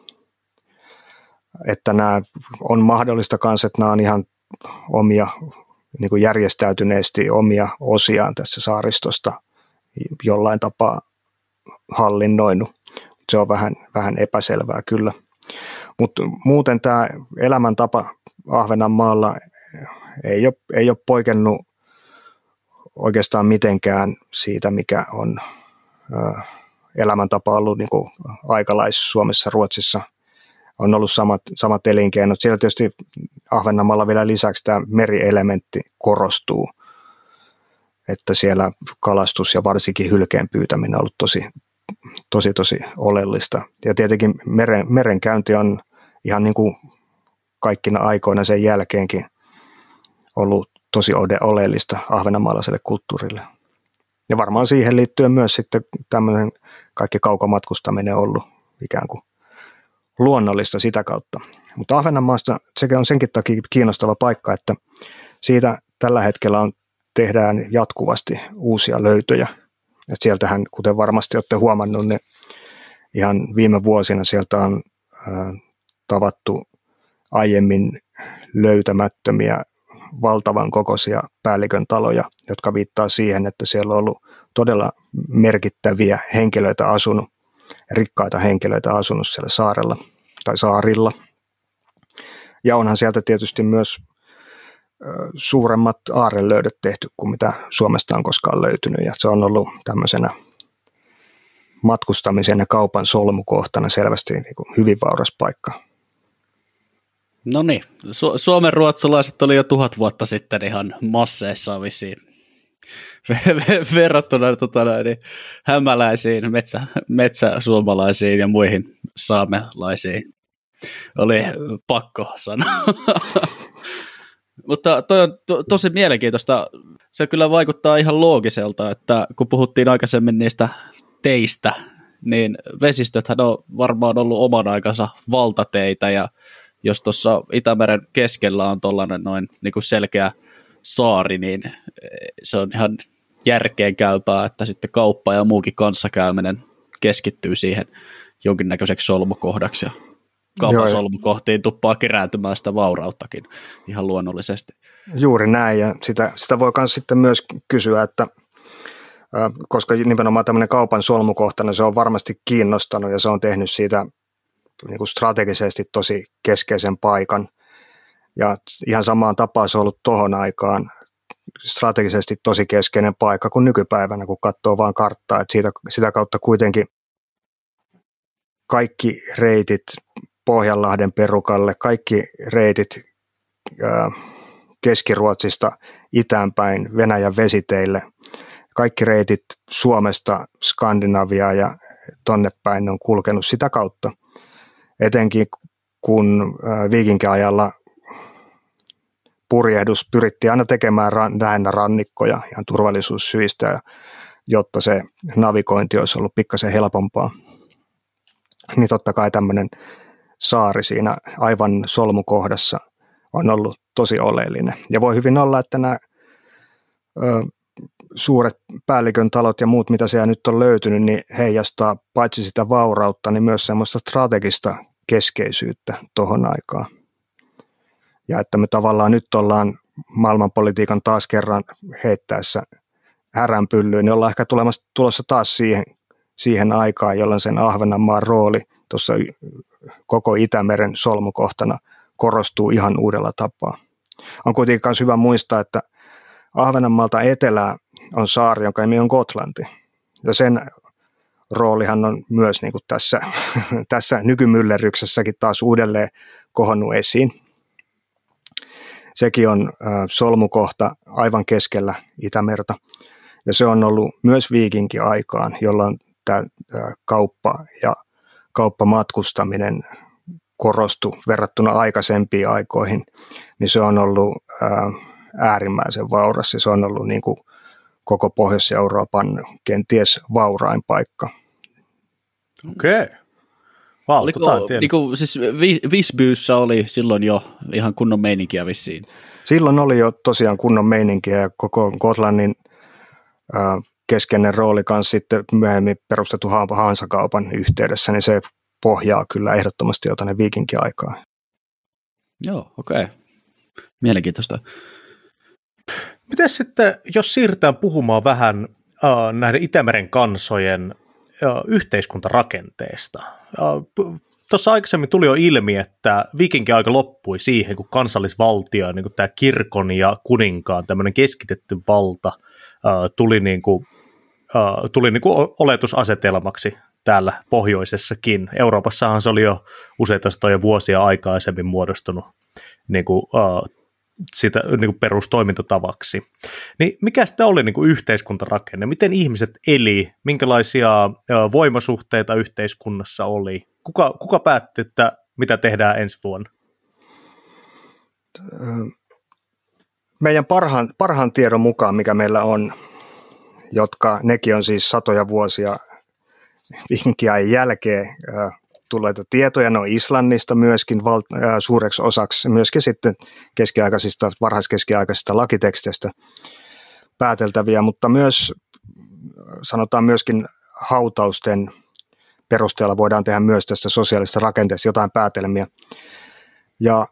S2: että nämä on mahdollista kanssa, että nämä on ihan omia, niin kuin järjestäytyneesti omia osiaan tässä saaristosta jollain tapaa hallinnoinut. Se on vähän epäselvää kyllä. Mutta muuten tämä elämäntapa Ahvenanmaalla ei ole poikennut oikeastaan mitenkään siitä, mikä on elämäntapa ollut niin kuin aikalais-Suomessa, Ruotsissa. On ollut samat elinkeinot. Siellä tietysti Ahvenanmaalla vielä lisäksi tämä merielementti korostuu, että siellä kalastus ja varsinkin hylkeen pyytäminen on ollut tosi oleellista. Ja tietenkin merenkäynti on ihan niin kuin kaikkina aikoina sen jälkeenkin ollut tosi oleellista ahvenanmaalaiselle kulttuurille. Ja varmaan siihen liittyen myös sitten tämmöinen kaikki kaukomatkustaminen on ollut ikään kuin luonnollista sitä kautta. Mutta Ahvenanmaasta sekä on senkin takia kiinnostava paikka, että siitä tällä hetkellä tehdään jatkuvasti uusia löytöjä. Et sieltähän, kuten varmasti olette huomannut, niin ihan viime vuosina sieltä on tavattu aiemmin löytämättömiä valtavan kokoisia päällikön taloja, jotka viittaa siihen, että siellä on ollut todella merkittäviä henkilöitä asunut, rikkaita henkilöitä asunut siellä saarella tai saarilla. Ja onhan sieltä tietysti myös suuremmat aarrelöydöt tehty kuin mitä Suomesta on koskaan löytynyt, ja se on ollut tämmöisenä matkustamisen ja kaupan solmukohtana selvästi niin kuin hyvin vauras paikka.
S1: No niin, Suomen ruotsalaiset oli jo 1000 vuotta sitten ihan masseissa vissiin verrattuna hämäläisiin, metsäsuomalaisiin ja muihin saamelaisiin. Oli pakko sanoa. Mutta toi on tosi mielenkiintoista. Se kyllä vaikuttaa ihan loogiselta, että kun puhuttiin aikaisemmin niistä teistä, niin vesistöthän on varmaan ollut oman aikansa valtateitä, ja jos tuossa Itämeren keskellä on tuollainen noin niin kuin selkeä saari, niin se on ihan järkeenkäypää, että sitten kauppa ja muukin kanssakäyminen keskittyy siihen jonkinnäköiseksi solmukohdaksi, ja kaupan solmukohtiin tuppaa kerääntymään sitä vaurauttakin ihan luonnollisesti.
S2: Juuri näin, ja sitä voi myös sitten myös kysyä, että koska nimenomaan tämmöinen kaupan solmukohtana se on varmasti kiinnostanut, ja se on tehnyt siitä niin kuin strategisesti tosi keskeisen paikan. Ja ihan samaan tapaan se on ollut tohon aikaan strategisesti tosi keskeinen paikka kuin nykypäivänä, kun katsoo vaan karttaa. Että sitä kautta kuitenkin kaikki reitit Pohjanlahden perukalle, kaikki reitit Keski-Ruotsista itäänpäin Venäjän vesiteille, kaikki reitit Suomesta Skandinaviaan ja tonne päin on kulkenut sitä kautta. Etenkin kun viikinkiajalla purjehdus pyrittiin aina tekemään lähinnä rannikkoja ihan turvallisuussyistä, jotta se navigointi olisi ollut pikkasen helpompaa. Niin totta kai tämmöinen saari siinä aivan solmukohdassa on ollut tosi oleellinen. Ja voi hyvin olla, että nämä suuret päällikön talot ja muut, mitä siellä nyt on löytynyt, niin heijastaa paitsi sitä vaurautta, niin myös semmoista strategista keskeisyyttä tuohon aikaan. Ja että me tavallaan nyt ollaan maailmanpolitiikan taas kerran heittäessä häränpyllyyn, niin ollaan ehkä tulossa taas siihen aikaan, jolloin sen Ahvenanmaan rooli tuossa koko Itämeren solmukohtana korostuu ihan uudella tapaa. On kuitenkin myös hyvä muistaa, että Ahvenanmaalta etelään on saari, jonka nimi on Gotlanti. Ja sen roolihan on myös niin kuin tässä nykymyllerryksessäkin taas uudelleen kohonnut esiin. Sekin on solmukohta aivan keskellä Itämerta. Ja se on ollut myös viikinkiaikaan, jolloin tämä kauppa ja kauppamatkustaminen korostui verrattuna aikaisempiin aikoihin, niin se on ollut äärimmäisen vauras, ja se on ollut niin kuin koko Pohjois-Euroopan kenties vaurain paikka.
S3: Okei. Wow,
S1: niin siis Visbyssä oli silloin jo ihan kunnon meininkiä vissiin.
S2: Silloin oli jo tosiaan kunnon meininkiä, ja koko Gotlannin keskeinen rooli kanssa sitten myöhemmin perustettu Hansakaupan yhteydessä, niin se pohjaa kyllä ehdottomasti jo tuonne viikinkiaikaan.
S1: Joo, okei. Mielenkiintoista.
S3: Miten sitten, jos siirrytään puhumaan vähän näiden Itämeren kansojen yhteiskuntarakenteesta? Tuossa aikaisemmin tuli jo ilmi, että viikinkiaika loppui siihen, kun kansallisvaltio, niin kuin tämä kirkon ja kuninkaan tämmöinen keskitetty valta tuli oletusasetelmaksi täällä pohjoisessakin. Euroopassahan se oli jo useita satoja vuosia aikaisemmin muodostunut sitä perustoimintatavaksi. Niin mikä sitten oli yhteiskuntarakenne? Miten ihmiset eli? Minkälaisia voimasuhteita yhteiskunnassa oli? Kuka päätti, että mitä tehdään ensi vuonna?
S2: Meidän parhaan tiedon mukaan, mikä meillä on, jotka nekin on siis satoja vuosia viikinkiajan jälkeen tulleita tietoja, ne on Islannista myöskin suureksi osaksi, myöskin sitten varhaiskeskiaikaisista lakiteksteistä pääteltäviä, mutta myös sanotaan myöskin hautausten perusteella voidaan tehdä myös tästä sosiaalisesta rakenteesta jotain päätelmiä. Ja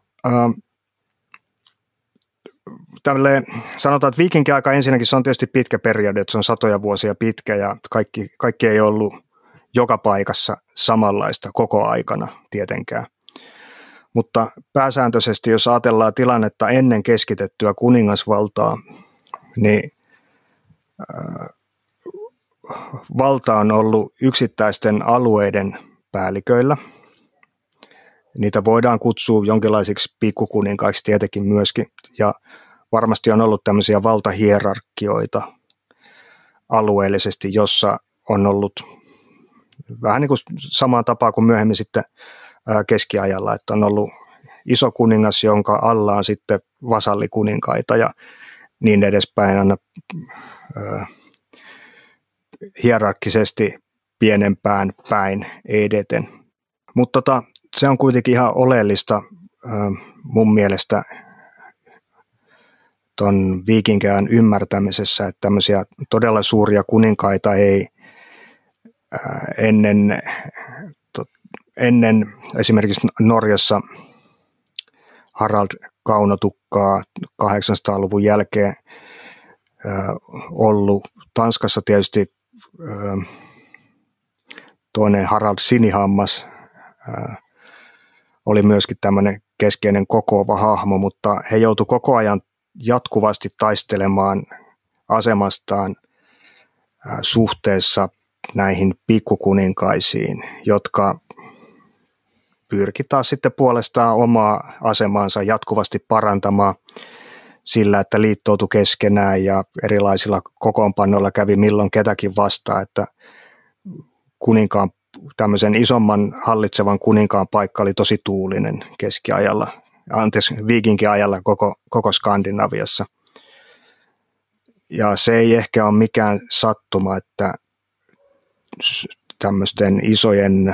S2: sanotaan, että viikinkiaika ensinnäkin se on tietysti pitkä periodi, että se on satoja vuosia pitkä, ja kaikki ei ollut joka paikassa samanlaista koko aikana tietenkään, Mutta pääsääntöisesti, jos ajatellaan tilannetta ennen keskitettyä kuningasvaltaa, niin valta on ollut yksittäisten alueiden päälliköillä. Niitä voidaan kutsua jonkinlaisiksi pikkukuninkaiksi tietenkin myöskin, ja varmasti on ollut tämmöisiä valtahierarkioita alueellisesti, jossa on ollut vähän niin kuin samaan tapaan kuin myöhemmin sitten keskiajalla, että on ollut iso kuningas, jonka alla on sitten vasallikuninkaita ja niin edespäin aina hierarkkisesti pienempään päin edeten. Mutta se on kuitenkin ihan oleellista mun mielestä tuon viikinkään ymmärtämisessä, että tämmöisiä todella suuria kuninkaita ei ennen esimerkiksi Norjassa Harald Kaunotukkaa 800-luvun jälkeen ollut. Tanskassa tietysti toinen Harald Sinihammas oli myöskin tämmöinen keskeinen kokoava hahmo, mutta he joutuivat koko ajan jatkuvasti taistelemaan asemastaan suhteessa näihin pikkukuninkaisiin, jotka pyrki taas sitten puolestaan omaa asemaansa jatkuvasti parantamaan sillä, että liittoutui keskenään ja erilaisilla kokoonpanoilla kävi milloin ketäkin vastaan, että kuninkaan, tämmöisen isomman hallitsevan kuninkaan paikka oli tosi tuulinen viikinkiajalla koko Skandinaviassa. Ja se ei ehkä ole mikään sattuma, että tämmöisten isojen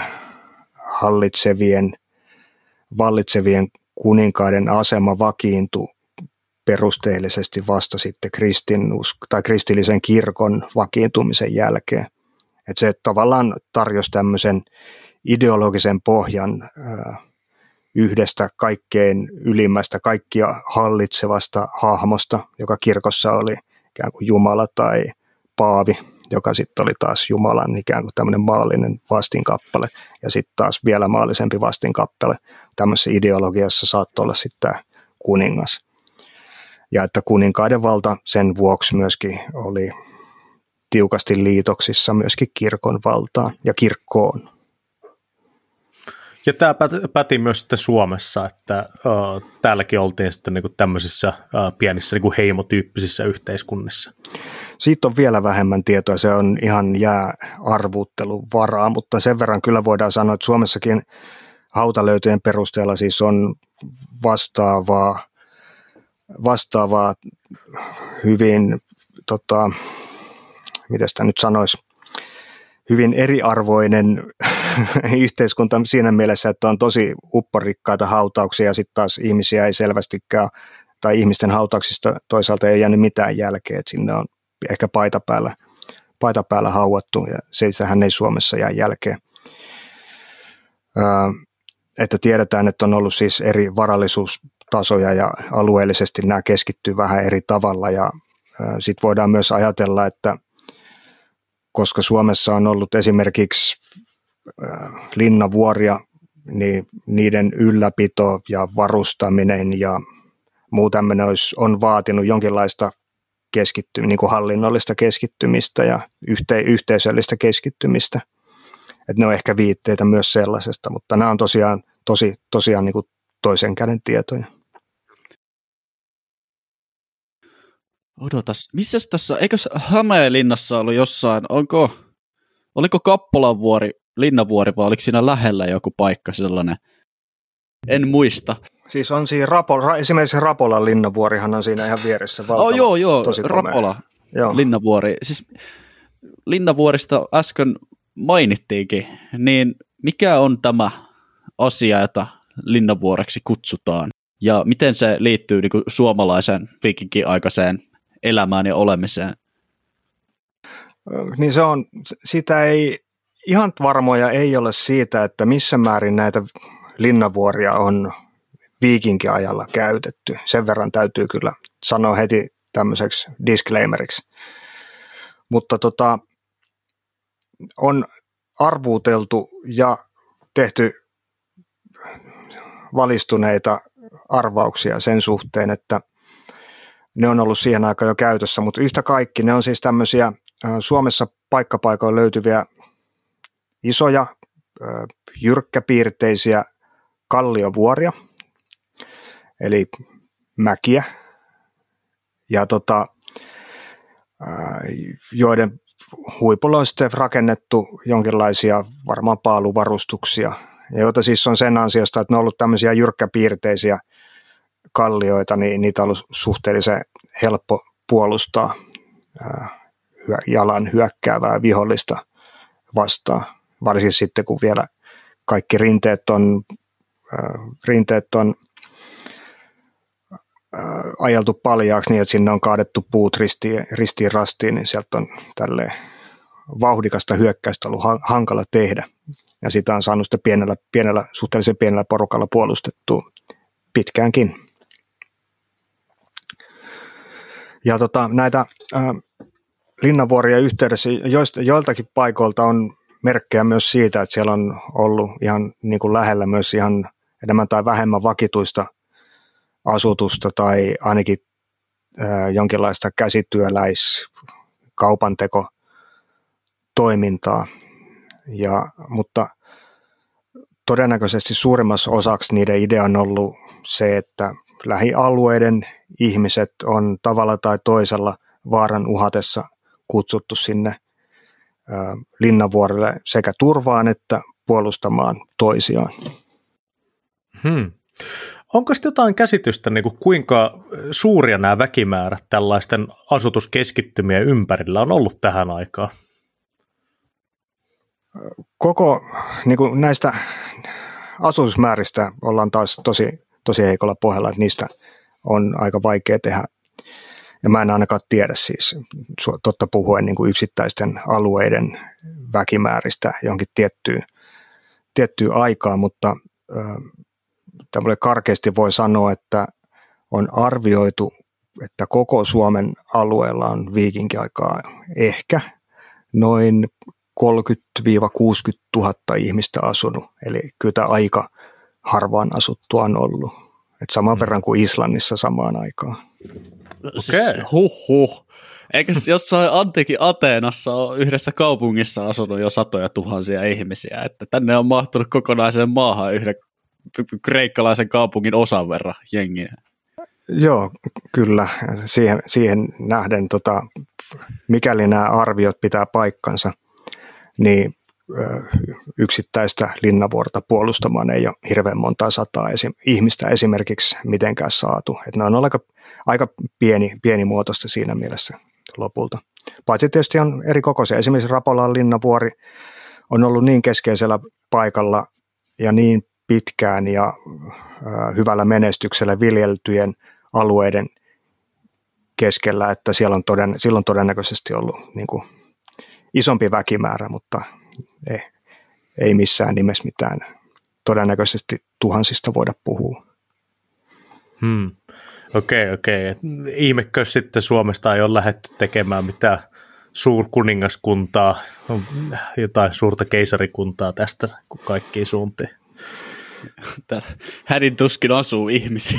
S2: vallitsevien kuninkaiden asema vakiintui perusteellisesti vasta sitten kristillisen kirkon vakiintumisen jälkeen. Että se tavallaan tarjosi tämmöisen ideologisen pohjan yhdestä kaikkein ylimmästä, kaikkia hallitsevasta hahmosta, joka kirkossa oli ikään kuin Jumala tai Paavi, joka sitten oli taas Jumalan ikään kuin tämmöinen maallinen vastinkappale, ja sitten taas vielä maallisempi vastinkappale. Tämmöisessä ideologiassa saattoi olla sitten tämä kuningas. Ja että kuninkaiden valta sen vuoksi myöskin oli tiukasti liitoksissa myöskin kirkon valtaan ja kirkkoon.
S3: Ja tämä päti myös sitten Suomessa, että täälläkin oltiin sitten niinku tämmöisissä pienissä niinku heimotyyppisissä yhteiskunnissa.
S2: Siitä on vielä vähemmän tietoa, se on ihan jääarvuuttelun varaa, mutta sen verran kyllä voidaan sanoa, että Suomessakin hautalöytöjen perusteella siis on vastaavaa hyvin, miten sitä nyt sanoisi, hyvin eriarvoinen yhteiskunta siinä mielessä, että on tosi upporikkaita hautauksia ja sitten taas ihmisiä ei selvästikään, tai ihmisten hautauksista toisaalta ei jäänyt mitään jälkeä, että sinne on ehkä paita päällä hauattu ja sehän ei Suomessa jää jälkeen. Että tiedetään, että on ollut siis eri varallisuustasoja ja alueellisesti nämä keskittyy vähän eri tavalla ja sitten voidaan myös ajatella, että koska Suomessa on ollut esimerkiksi linnavuoria, niin niiden ylläpito ja varustaminen ja muu tämmöinen on vaatinut jonkinlaista niin kuin hallinnollista keskittymistä ja yhteisöllistä keskittymistä. Että ne on ehkä viitteitä myös sellaisesta, mutta nämä on tosiaan niin kuin toisen käden tietoja.
S1: Odotas, missäs tässä, eikös Hämeenlinnassa ollut jossain, oliko Kappolan vuori linnavuori vai oliko siinä lähellä joku paikka sellainen? En muista.
S2: Siis on siinä esimerkiksi Rapolan linnavuorihan on siinä ihan vieressä.
S1: Joo, Rapola linnavuori. Siis linnavuorista äsken mainittiinkin, niin mikä on tämä asia, jota linnavuoreksi kutsutaan? Ja miten se liittyy niin kuin suomalaisen viikinkin aikaiseen elämään ja olemiseen?
S2: Niin sitä ei ihan varmoja ei ole siitä, että missä määrin näitä linnavuoria on viikinkiajalla käytetty. Sen verran täytyy kyllä sanoa heti tämmöiseksi disclaimeriksi. Mutta on arvuuteltu ja tehty valistuneita arvauksia sen suhteen, että ne on ollut siihen aikaan jo käytössä, mutta yhtä kaikki ne on siis tämmöisiä Suomessa paikkapaikoilla löytyviä isoja, jyrkkäpiirteisiä kalliovuoria, eli mäkiä, ja joiden huipulla on sitten rakennettu jonkinlaisia varmaan paaluvarustuksia, ja joita siis on sen ansiosta, että ne on ollut tämmöisiä jyrkkäpiirteisiä kallioita, niin niitä on ollut suhteellisen helppo puolustaa jalan hyökkäävää vihollista vastaan, varsinkin sitten kun vielä kaikki rinteet on ajeltu paljaaksi niin, että sinne on kaadettu puut ristiin rastiin, niin sieltä on tälleen vauhdikasta hyökkäystä ollut hankala tehdä. Ja sitä on saanut sitten suhteellisen pienellä porukalla puolustettua pitkäänkin. Ja näitä linnanvuoria yhteydessä joiltakin paikoilta on merkkejä myös siitä, että siellä on ollut ihan niin kuin lähellä myös ihan enemmän tai vähemmän vakituista asutusta tai ainakin jonkinlaista käsityöläiskaupantekotoimintaa. Mutta todennäköisesti suurimmassa osaksi niiden idea on ollut se, että lähialueiden ihmiset on tavalla tai toisella vaaran uhatessa kutsuttu sinne linnanvuorelle sekä turvaan että puolustamaan toisiaan.
S3: Onko sitten jotain käsitystä, niin kuin kuinka suuria nämä väkimäärät tällaisten asutuskeskittymien ympärillä on ollut tähän aikaan?
S2: Niin kuin näistä asutusmääristä ollaan taas tosi heikolla pohjalla, että niistä on aika vaikea tehdä. Ja mä en ainakaan tiedä siis totta puhuen niin kuin yksittäisten alueiden väkimääristä johonkin tiettyyn aikaan, mutta tämmöinen karkeasti voi sanoa, että on arvioitu, että koko Suomen alueella on viikinkiaikaa ehkä noin 30-60 000 ihmistä asunut. Eli kyllä tämä aika harvaan asuttua on ollut. Et saman verran kuin Islannissa samaan aikaan.
S1: Siis, Eikä jossain antiikin Ateenassa ole yhdessä kaupungissa asunut jo satoja tuhansia ihmisiä, että tänne on mahtunut kokonaiseen maahan yhden kreikkalaisen kaupungin osan verran jengiä.
S2: Joo, kyllä. Siihen nähden, mikäli nämä arviot pitää paikkansa, niin yksittäistä linnanvuorta puolustamaan ei ole hirveän montaa sataa ihmistä esimerkiksi mitenkään saatu. Että ne on aika pienimuotoista siinä mielessä lopulta. Paitsi tietysti on eri kokoisia. Esimerkiksi Rapolan linnanvuori on ollut niin keskeisellä paikalla ja niin pitkään ja hyvällä menestyksellä viljeltyjen alueiden keskellä, että siellä on todennäköisesti ollut niin kuin isompi väkimäärä, mutta ei missään nimessä mitään. Todennäköisesti tuhansista voida puhua.
S3: Okei. Ihmekö sitten Suomesta ei ole lähdetty tekemään mitään suurkuningaskuntaa, jotain suurta keisarikuntaa tästä kaikkiin suuntiin?
S1: Hädin tuskin asuu ihmisiä.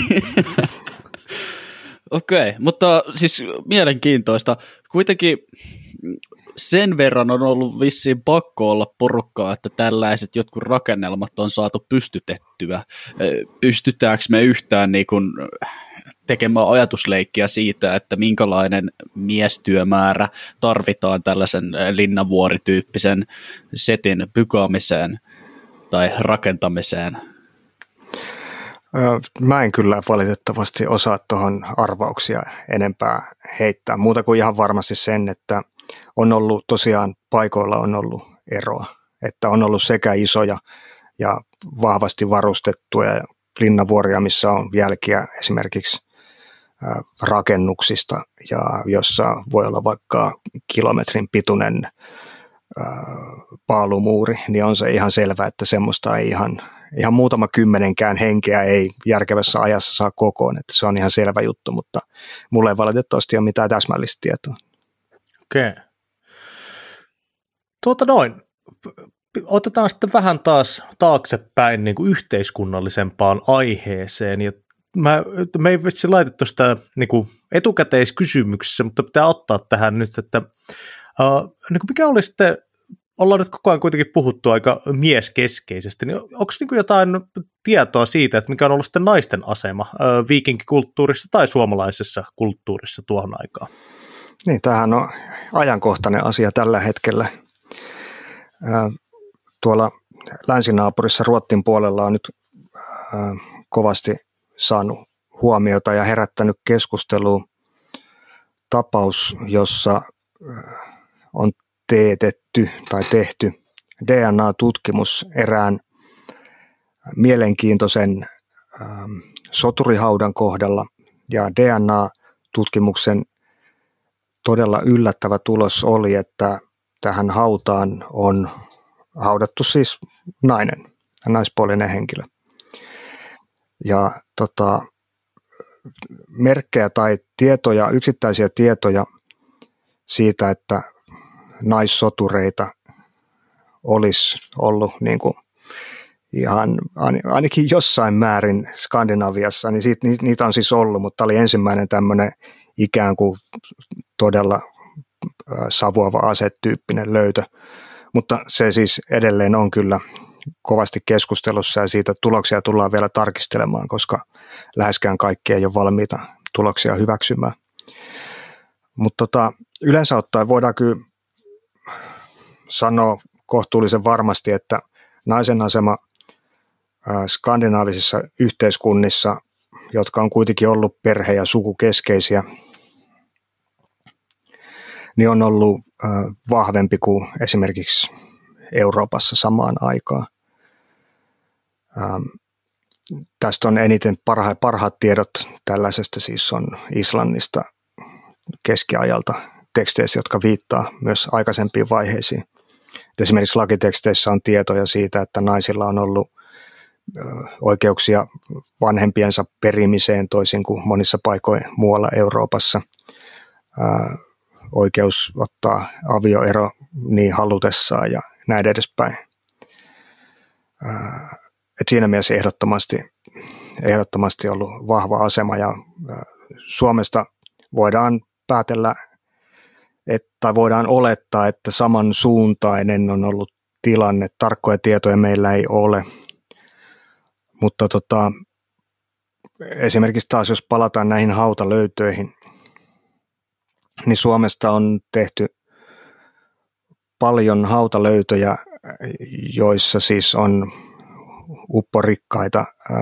S1: Okei, mutta siis mielenkiintoista. Kuitenkin sen verran on ollut vissiin pakko olla porukkaa, että tällaiset jotkut rakennelmat on saatu pystytettyä. Pystytäänkö me yhtään niin kuin tekemään ajatusleikkiä siitä, että minkälainen miestyömäärä tarvitaan tällaisen linnanvuorityyppisen setin pykaamiseen tai rakentamiseen?
S2: Mä en kyllä valitettavasti osaa tuohon arvauksia enempää heittää, muuta kuin ihan varmasti sen, että on ollut tosiaan paikoilla on ollut eroa, että on ollut sekä isoja ja vahvasti varustettuja linnanvuoria, missä on jälkiä esimerkiksi rakennuksista ja jossa voi olla vaikka kilometrin pituinen paalumuuri, niin on se ihan selvä, että semmoista ei ihan muutama kymmenenkään henkeä ei järkevässä ajassa saa kokoon, että se on ihan selvä juttu, mutta mulla ei valitettavasti ole mitään täsmällistä tietoa.
S3: Okei. otetaan sitten vähän taas taaksepäin niin kuin yhteiskunnallisempaan aiheeseen, ja me ei vitsi laitettu sitä niin kuin etukäteiskysymyksissä, mutta pitää ottaa tähän nyt, että niin kuin mikä oli sitten, ollaan nyt koko ajan kuitenkin puhuttu aika mieskeskeisesti, niin onko niin kuin jotain tietoa siitä, että mikä on ollut sitten naisten asema viikinkikulttuurissa tai suomalaisessa kulttuurissa tuohon aikaan?
S2: Niin, tämähän on ajankohtainen asia tällä hetkellä. Tuolla länsinaapurissa Ruotsin puolella on nyt kovasti saanut huomiota ja herättänyt keskustelua tapaus, jossa on tehty DNA-tutkimus erään mielenkiintoisen soturihaudan kohdalla, ja DNA-tutkimuksen todella yllättävä tulos oli, että tähän hautaan on haudattu siis naispuolinen henkilö. Ja merkkejä tai tietoja, yksittäisiä tietoja siitä, että naissotureita olisi ollut niin kuin ihan ainakin jossain määrin Skandinaviassa, niin niitä on siis ollut, mutta oli ensimmäinen tämmöinen ikään kuin todella savuava asetyyppinen löytö. Mutta se siis edelleen on kyllä kovasti keskustelussa, ja siitä tuloksia tullaan vielä tarkistelemaan, koska läheskään kaikki ei ole valmiita tuloksia hyväksymään. Mutta yleensä ottaen voidaan kyllä sanoa kohtuullisen varmasti, että naisen asema skandinaavisissa yhteiskunnissa, jotka on kuitenkin ollut perhe- ja sukukeskeisiä, niin on ollut vahvempi kuin esimerkiksi Euroopassa samaan aikaan. Tästä on eniten parhaat tiedot tällaisesta siis on Islannista keskiajalta teksteissä, jotka viittaa myös aikaisempiin vaiheisiin. Esimerkiksi lakiteksteissä on tietoja siitä, että naisilla on ollut oikeuksia vanhempiensa perimiseen toisin kuin monissa paikoin muualla Euroopassa. Oikeus ottaa avioero niin halutessaan ja näin edespäin. Et siinä mielessä ehdottomasti ollut vahva asema, ja Suomesta voidaan päätellä, tai voidaan olettaa, että samansuuntainen on ollut tilanne. Tarkkoja tietoja meillä ei ole, mutta esimerkiksi taas jos palataan näihin hautalöytöihin, niin Suomesta on tehty paljon hautalöytöjä, joissa siis on upporikkaita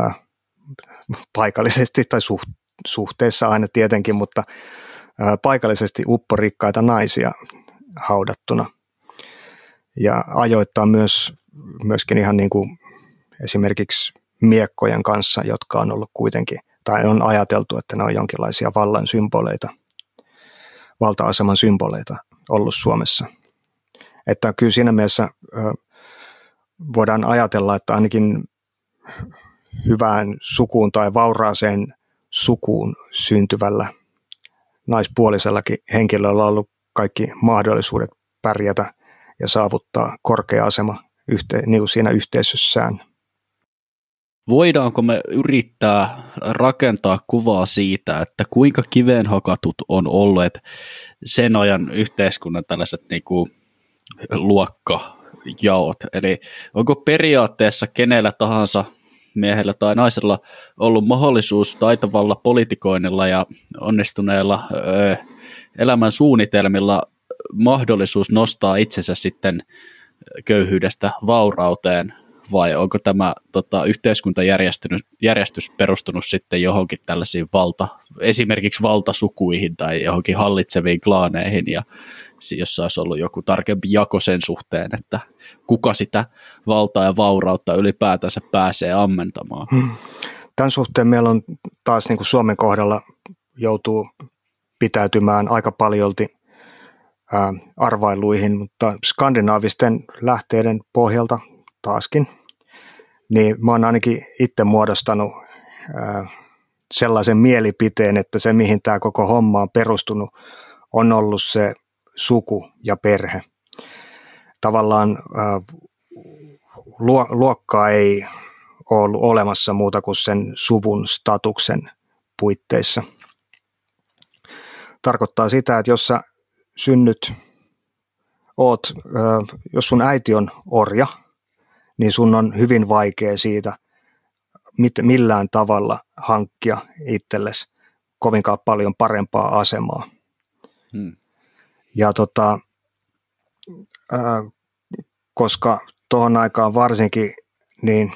S2: paikallisesti tai suhteessa aina tietenkin, mutta paikallisesti upporikkaita naisia haudattuna. Ja ajoittaa myöskin ihan niin kuin esimerkiksi miekkojen kanssa, jotka on ollut kuitenkin, tai on ajateltu, että ne on jonkinlaisia vallan symboleita, valta-aseman symboleita ollut Suomessa. Että kyllä siinä mielessä voidaan ajatella, että ainakin hyvään sukuun tai vauraaseen sukuun syntyvällä naispuolisellakin henkilöllä on ollut kaikki mahdollisuudet pärjätä ja saavuttaa korkea asema niin kuin siinä yhteisössään.
S1: Voidaanko me yrittää rakentaa kuvaa siitä, että kuinka kiveen hakatut on olleet sen ajan yhteiskunnan tällaiset niin kuin luokkajaot? Eli onko periaatteessa kenellä tahansa miehellä tai naisella ollut mahdollisuus taitavalla politikoinnilla ja onnistuneilla elämän suunnitelmilla mahdollisuus nostaa itsensä sitten köyhyydestä vaurauteen, vai onko tämä yhteiskuntajärjestys perustunut sitten johonkin tällaisiin esimerkiksi valtasukuihin tai johonkin hallitseviin klaaneihin, ja jossa olisi ollut joku tarkempi jako sen suhteen, että kuka sitä valtaa ja vaurautta ylipäätänsä pääsee ammentamaan.
S2: Tämän suhteen meillä on taas niin kuin Suomen kohdalla joutuu pitäytymään aika paljolti arvailuihin, mutta skandinaavisten lähteiden pohjalta taaskin, niin mä oon ainakin itse muodostanut sellaisen mielipiteen, että se mihin tämä koko homma on perustunut on ollut se suku ja perhe. Tavallaan luokkaa ei ollut olemassa muuta kuin sen suvun statuksen puitteissa. Tarkoittaa sitä, että jos sä synnyt, jos sun äiti on orja, niin sun on hyvin vaikea siitä millään tavalla hankkia itsellesi kovinkaan paljon parempaa asemaa. Ja koska tuohon aikaan varsinkin niin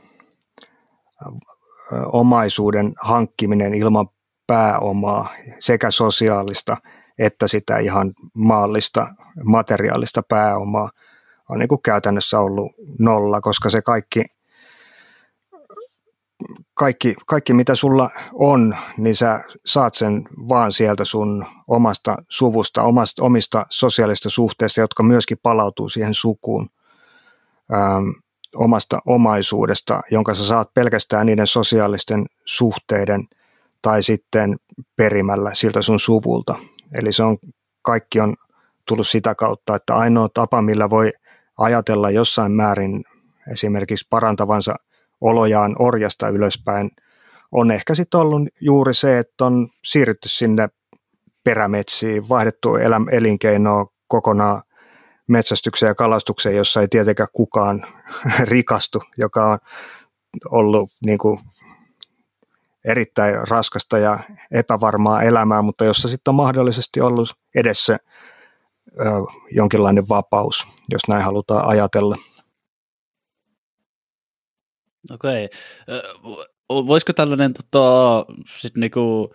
S2: omaisuuden hankkiminen ilman pääomaa sekä sosiaalista että sitä ihan maallista materiaalista pääomaa on niin kuin käytännössä ollut nolla, koska se kaikki mitä sulla on, niin sä saat sen vaan sieltä sun omasta suvusta, omista sosiaalista suhteista, jotka myöskin palautuu siihen sukuun, omasta omaisuudesta, jonka sä saat pelkästään niiden sosiaalisten suhteiden tai sitten perimällä siltä sun suvulta. Eli kaikki on tullut sitä kautta, että ainoa tapa, millä voi ajatella jossain määrin esimerkiksi parantavansa olojaan orjasta ylöspäin, on ehkä sitten ollut juuri se, että on siirrytty sinne perämetsiin, vaihdettu elinkeinoa kokonaan metsästykseen ja kalastukseen, jossa ei tietenkään kukaan rikastu, joka on ollut niin kuin erittäin raskasta ja epävarmaa elämää, mutta jossa sitten on mahdollisesti ollut edessä jonkinlainen vapaus, jos näin halutaan ajatella.
S1: Okei. Voisiko tällainen sit niinku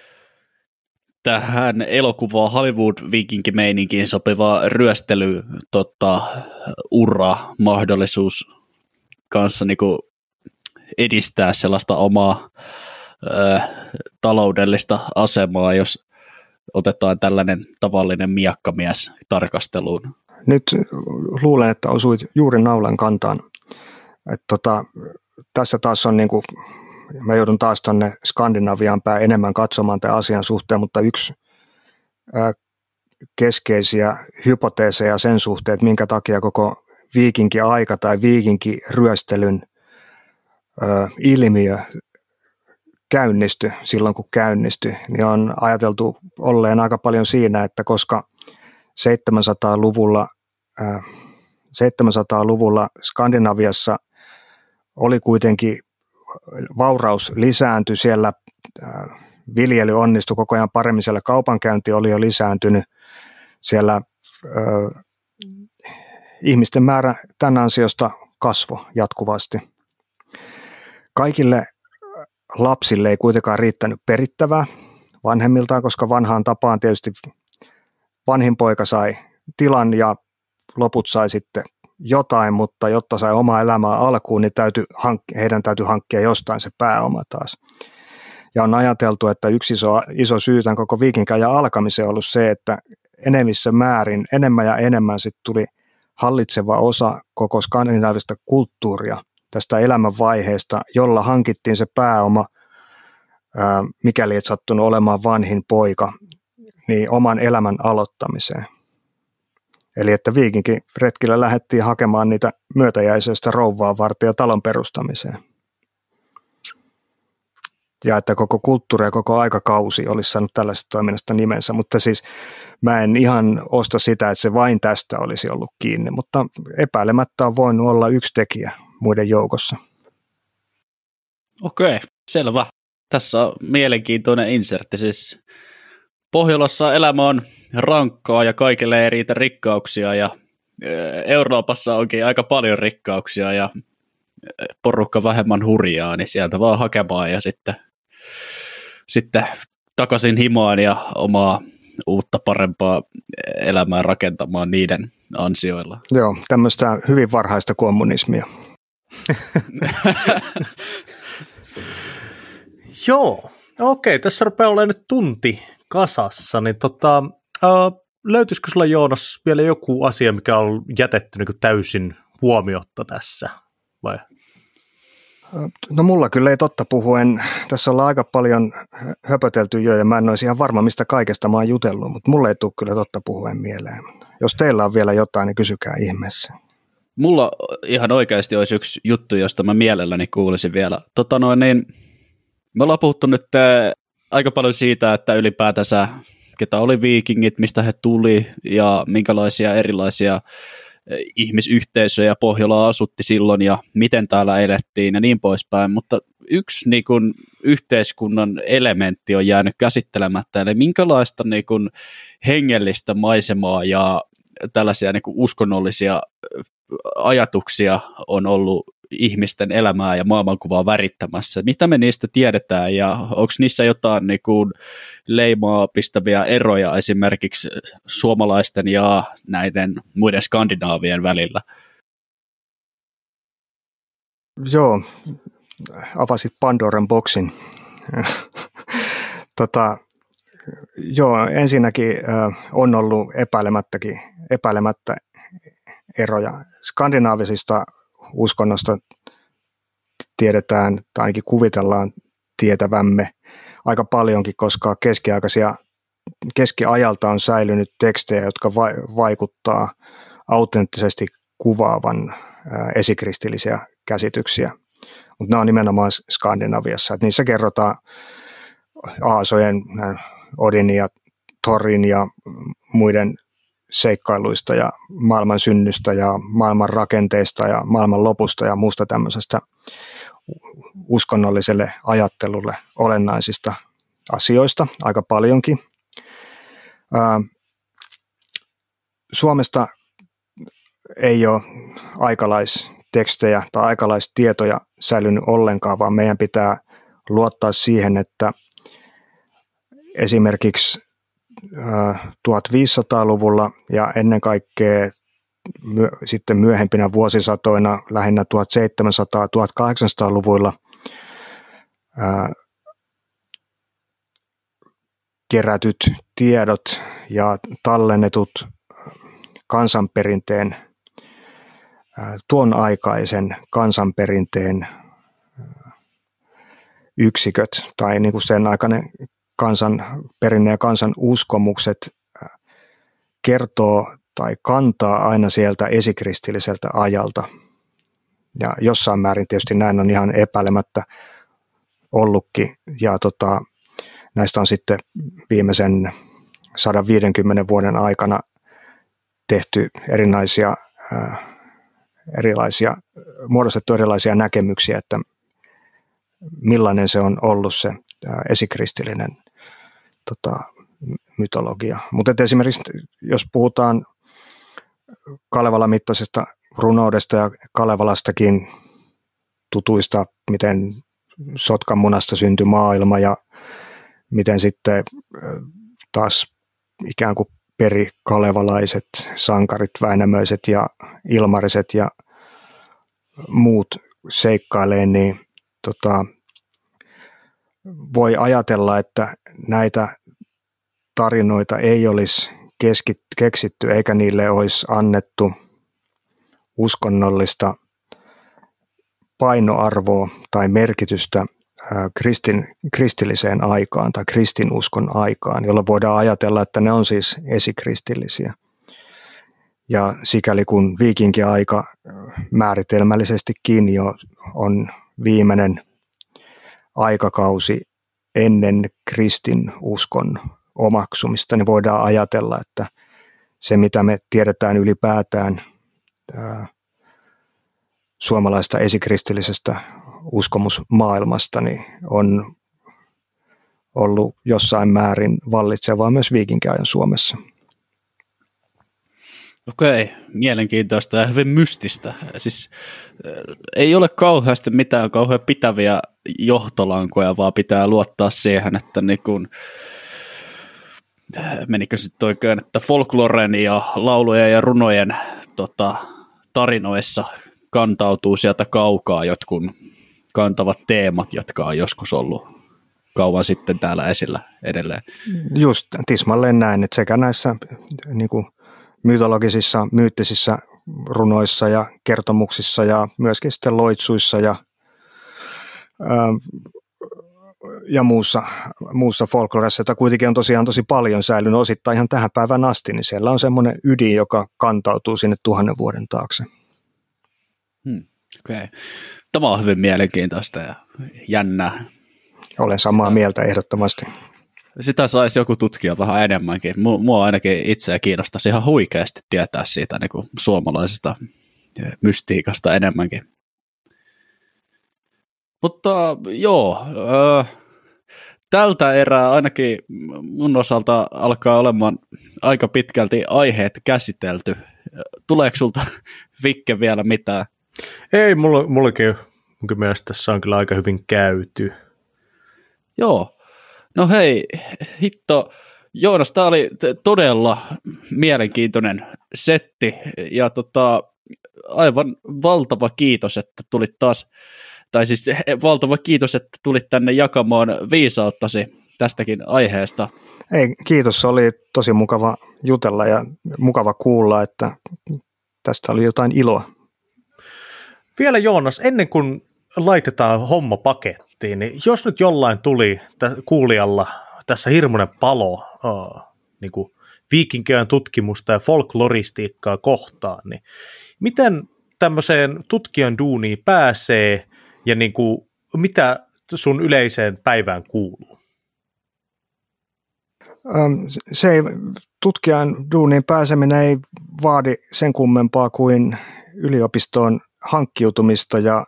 S1: tähän elokuvaan Hollywood-viikinkimeininkiin sopiva ryöstely ura mahdollisuus kanssa niinku edistää sellaista omaa taloudellista asemaa, jos otetaan tällainen tavallinen miakkamies tarkasteluun?
S2: Nyt luulen, että osuit juuri naulan kantaan. Tässä taas on niinku, mä joudun taas tonne Skandinaviaan päin enemmän katsomaan tämän asian suhteen, mutta yksi keskeisiä hypoteeseja sen suhteen, että minkä takia koko viikinki-aika tai viikinkiryöstelyn ilmiö käynnistyi silloin, kun käynnistyi, niin on ajateltu olleen aika paljon siinä, että koska 700-luvulla Skandinaviassa oli kuitenkin vauraus lisääntyi, siellä viljely onnistui koko ajan paremmin, siellä kaupankäynti oli jo lisääntynyt, siellä ihmisten määrä tämän ansiosta kasvoi jatkuvasti. Kaikille lapsille ei kuitenkaan riittänyt perittävää vanhemmiltaan, koska vanhaan tapaan tietysti vanhin poika sai tilan ja loput sai sitten jotain, mutta jotta sai omaa elämää alkuun, niin heidän täytyy hankkia jostain se pääoma taas. Ja on ajateltu, että yksi iso syy tämän koko viikinkiajan alkamiseen on ollut se, että enemmissä määrin enemmän ja enemmän sitten tuli hallitseva osa koko skandinaavista kulttuuria tästä elämänvaiheesta, jolla hankittiin se pääoma, mikäli et sattunut olemaan vanhin poika, niin oman elämän aloittamiseen. Eli että viikinkiretkillä lähdettiin hakemaan niitä myötäjäisestä rouvaa varten ja talon perustamiseen. Ja että koko kulttuuri ja koko aikakausi olisi saanut tällaisesta toiminnasta nimensä, mutta siis mä en ihan osta sitä, että se vain tästä olisi ollut kiinni, mutta epäilemättä on voinut olla yksi tekijä muiden joukossa.
S1: Okei, selvä. Tässä on mielenkiintoinen insertti. Siis Pohjolassa elämä on rankkaa ja kaikille ei riitä rikkauksia ja Euroopassa onkin aika paljon rikkauksia ja porukka vähemmän hurjaa, niin sieltä vaan hakemaan ja sitten takaisin himaan ja omaa uutta parempaa elämää rakentamaan niiden ansioilla.
S2: Joo, tämmöistä hyvin varhaista kommunismia.
S3: Joo, okei, tässä rupeaa olemaan nyt tunti kasassa, niin löytyisikö sulla, Joonas, vielä joku asia, mikä on jätetty niin kuin täysin huomiotta tässä, vai?
S2: No mulla kyllä ei totta puhuen, tässä ollaan aika paljon höpötelty jo ja mä en olisi ihan varma, mistä kaikesta mä oon jutellut, mutta mulla ei tule kyllä totta puhuen mieleen. Jos teillä on vielä jotain, niin kysykää ihmeessä.
S1: mulla ihan oikeasti olisi yksi juttu, josta mä mielelläni kuulisin vielä. Me ollaan puhuttu nyt aika paljon siitä, että ylipäätänsä ketä oli viikingit, mistä he tuli ja minkälaisia erilaisia ihmisyhteisöjä Pohjola asutti silloin ja miten täällä elettiin ja niin poispäin, mutta yksi niin kuin, yhteiskunnan elementti on jäänyt käsittelemättä, eli minkälaista niin kuin, hengellistä maisemaa ja tällaisia niin kuin, uskonnollisia ajatuksia on ollut ihmisten elämää ja maailmankuvaa värittämässä. Mitä me niistä tiedetään ja onko niissä jotain niin kuin, leimaa pistäviä eroja esimerkiksi suomalaisten ja näiden muiden skandinaavien välillä?
S2: Joo, avasit Pandoran boksin. Joo, ensinnäkin on ollut epäilemättä eroja. Skandinaavisista uskonnosta tiedetään, tai ainakin kuvitellaan tietävämme aika paljonkin, koska keskiajalta on säilynyt tekstejä, jotka vaikuttaa autenttisesti kuvaavan esikristillisiä käsityksiä. Mutta nämä on nimenomaan Skandinaviassa. Et niissä kerrotaan aasojen, Odinin ja Thorin ja muiden seikkailuista ja maailman synnystä ja maailman rakenteista ja maailman lopusta ja muusta tämmöisestä uskonnolliselle ajattelulle olennaisista asioista aika paljonkin. Suomesta ei ole aikalaistekstejä tai aikalaistietoja säilynyt ollenkaan, vaan meidän pitää luottaa siihen, että esimerkiksi 1500-luvulla ja ennen kaikkea sitten myöhempinä vuosisatoina, lähinnä 1700-1800-luvuilla kerätyt tiedot ja tallennetut kansanperinteen, tuon aikaisen kansanperinteen yksiköt tai niin kuin sen aikainen kansanperinne ja kansan uskomukset kertoo tai kantaa aina sieltä esikristilliseltä ajalta. Ja jossain määrin tietysti näin on ihan epäilemättä ollutkin. Ja näistä on sitten viimeisen 150 vuoden aikana tehty muodostettu erilaisia näkemyksiä, että millainen se on ollut se esikristillinen mytologia. Mutta esimerkiksi jos puhutaan Kalevalan mittaisesta runoudesta ja Kalevalastakin tutuista, miten Sotkamunasta syntyi maailma ja miten sitten taas ikään kuin perikalevalaiset sankarit, Väinämöiset ja Ilmariset ja muut seikkailee, niin voi ajatella, että näitä tarinoita ei olisi keksitty eikä niille olisi annettu uskonnollista painoarvoa tai merkitystä kristilliseen aikaan tai kristinuskon aikaan, jolla voidaan ajatella, että ne on siis esikristillisiä. Ja sikäli kun viikinkiaika määritelmällisestikin jo on viimeinen aikakausi ennen kristinuskon omaksumista, niin voidaan ajatella, että se mitä me tiedetään ylipäätään suomalaista esikristillisestä uskomusmaailmasta, niin on ollut jossain määrin vallitsevaa myös viikinkiajan Suomessa.
S1: Okei, mielenkiintoista ja hyvin mystistä. Siis ei ole kauheasti mitään kauhean pitäviä johtolankoja, vaan pitää luottaa siihen, että niin kun, menikö sitten oikein, että folkloren ja laulujen ja runojen tarinoissa kantautuu sieltä kaukaa jotkut kantavat teemat, jotka on joskus ollut kauan sitten täällä esillä edelleen.
S2: Just tismalleen näin, että sekä näissä niin kuin mytologisissa, myyttisissä runoissa ja kertomuksissa ja myöskin sitten loitsuissa ja muussa folkloressa, jota kuitenkin on tosiaan tosi paljon säilynyt osittain ihan tähän päivään asti, niin siellä on semmoinen ydin, joka kantautuu sinne 1000 vuoden taakse.
S1: Okei. Tämä on hyvin mielenkiintoista ja jännää.
S2: Olen samaa mieltä ehdottomasti.
S1: Sitä saisi joku tutkia vähän enemmänkin. Mua ainakin itseä kiinnostaisi ihan huikeasti tietää siitä niin kuin suomalaisesta mystiikasta enemmänkin. Mutta joo, tältä erää ainakin mun osalta alkaa olemaan aika pitkälti aiheet käsitelty. Tuleeko sulta, Vikke, vielä mitään?
S3: Ei, munkin mielestä tässä on kyllä aika hyvin käyty.
S1: Joo. No hei, hitto. Joonas, tämä oli todella mielenkiintoinen setti ja aivan valtava kiitos, että tulit taas, tai siis valtava kiitos, että tulit tänne jakamaan viisauttasi tästäkin aiheesta.
S2: Ei, kiitos, oli tosi mukava jutella ja mukava kuulla, että tästä oli jotain iloa.
S3: Vielä Joonas, ennen kuin laitetaan homma pakettiin, niin jos nyt jollain tuli kuulijalla tässä hirmuinen palo niin kuin viikinkien tutkimusta ja folkloristiikkaa kohtaan, niin miten tämmöiseen tutkijan duuniin pääsee ja niin kuin, mitä sun yleiseen päivään kuuluu?
S2: Se ei, tutkijan duuniin pääseminen ei vaadi sen kummempaa kuin yliopistoon hankkiutumista ja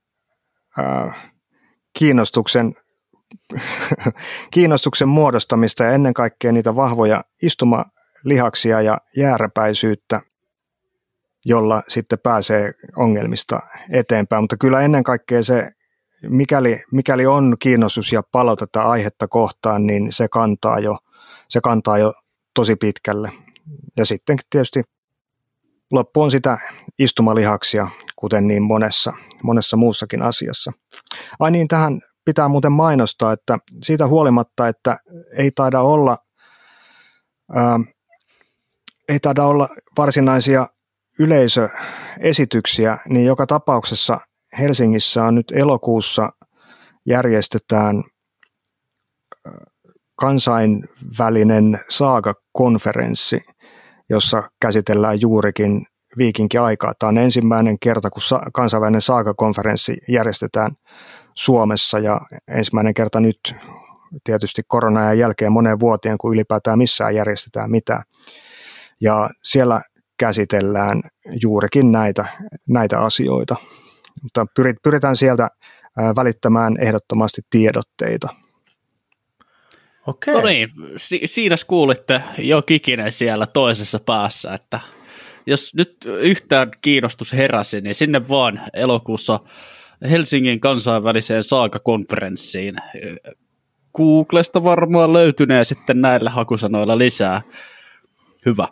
S2: kiinnostuksen muodostamista ja ennen kaikkea niitä vahvoja istumalihaksia ja jääräpäisyyttä, jolla sitten pääsee ongelmista eteenpäin. Mutta kyllä ennen kaikkea se, mikäli on kiinnostus ja palo tätä aihetta kohtaan, niin se kantaa jo tosi pitkälle. Ja sitten tietysti loppu on sitä istumalihaksia, kuten niin monessa muussakin asiassa. Ai niin, tähän pitää muuten mainostaa, että siitä huolimatta, että ei taida olla varsinaisia yleisöesityksiä, niin joka tapauksessa Helsingissä on nyt elokuussa järjestetään kansainvälinen saagakonferenssi, jossa käsitellään juurikin viikinkiaikaa. Tämä on ensimmäinen kerta, kun kansainvälinen saagakonferenssi järjestetään Suomessa ja ensimmäinen kerta nyt tietysti korona-ajan jälkeen moneen vuoteen, kun ylipäätään missään järjestetään mitään. Ja siellä käsitellään juurikin näitä asioita. Mutta pyritään sieltä välittämään ehdottomasti tiedotteita.
S3: Okei.
S1: No niin, siinä kuulitte jo Kikinen siellä toisessa päässä, että jos nyt yhtään kiinnostus heräsi, niin sinne vaan elokuussa Helsingin kansainväliseen saagakonferenssiin. Googlesta varmaan löytynee sitten näillä hakusanoilla lisää. Hyvä.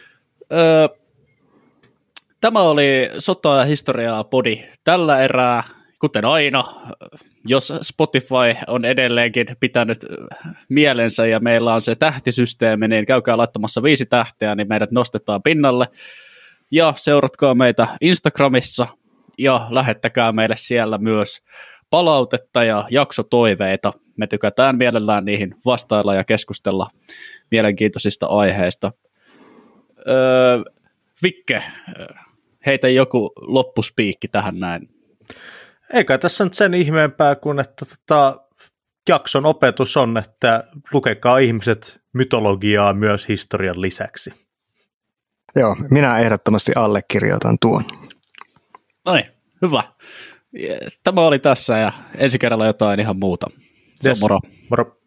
S1: Tämä oli Sota ja historiaa podi tällä erää, kuten aina. Jos Spotify on edelleenkin pitänyt mielensä ja meillä on se tähtisysteemi, niin käykää laittamassa 5 tähteä, niin meidät nostetaan pinnalle. Ja seuratkaa meitä Instagramissa ja lähettäkää meille siellä myös palautetta ja jaksotoiveita. Me tykätään mielellään niihin vastailla ja keskustella mielenkiintoisista aiheista. Vikke, heitä joku loppuspiikki tähän näin.
S3: Eikä tässä nyt sen ihmeempää kuin, että jakson opetus on, että lukekaa ihmiset mytologiaa myös historian lisäksi.
S2: Joo, minä ehdottomasti allekirjoitan tuon.
S1: No niin, hyvä. Tämä oli tässä ja ensi kerralla jotain ihan muuta. Se on moro.
S3: Moro.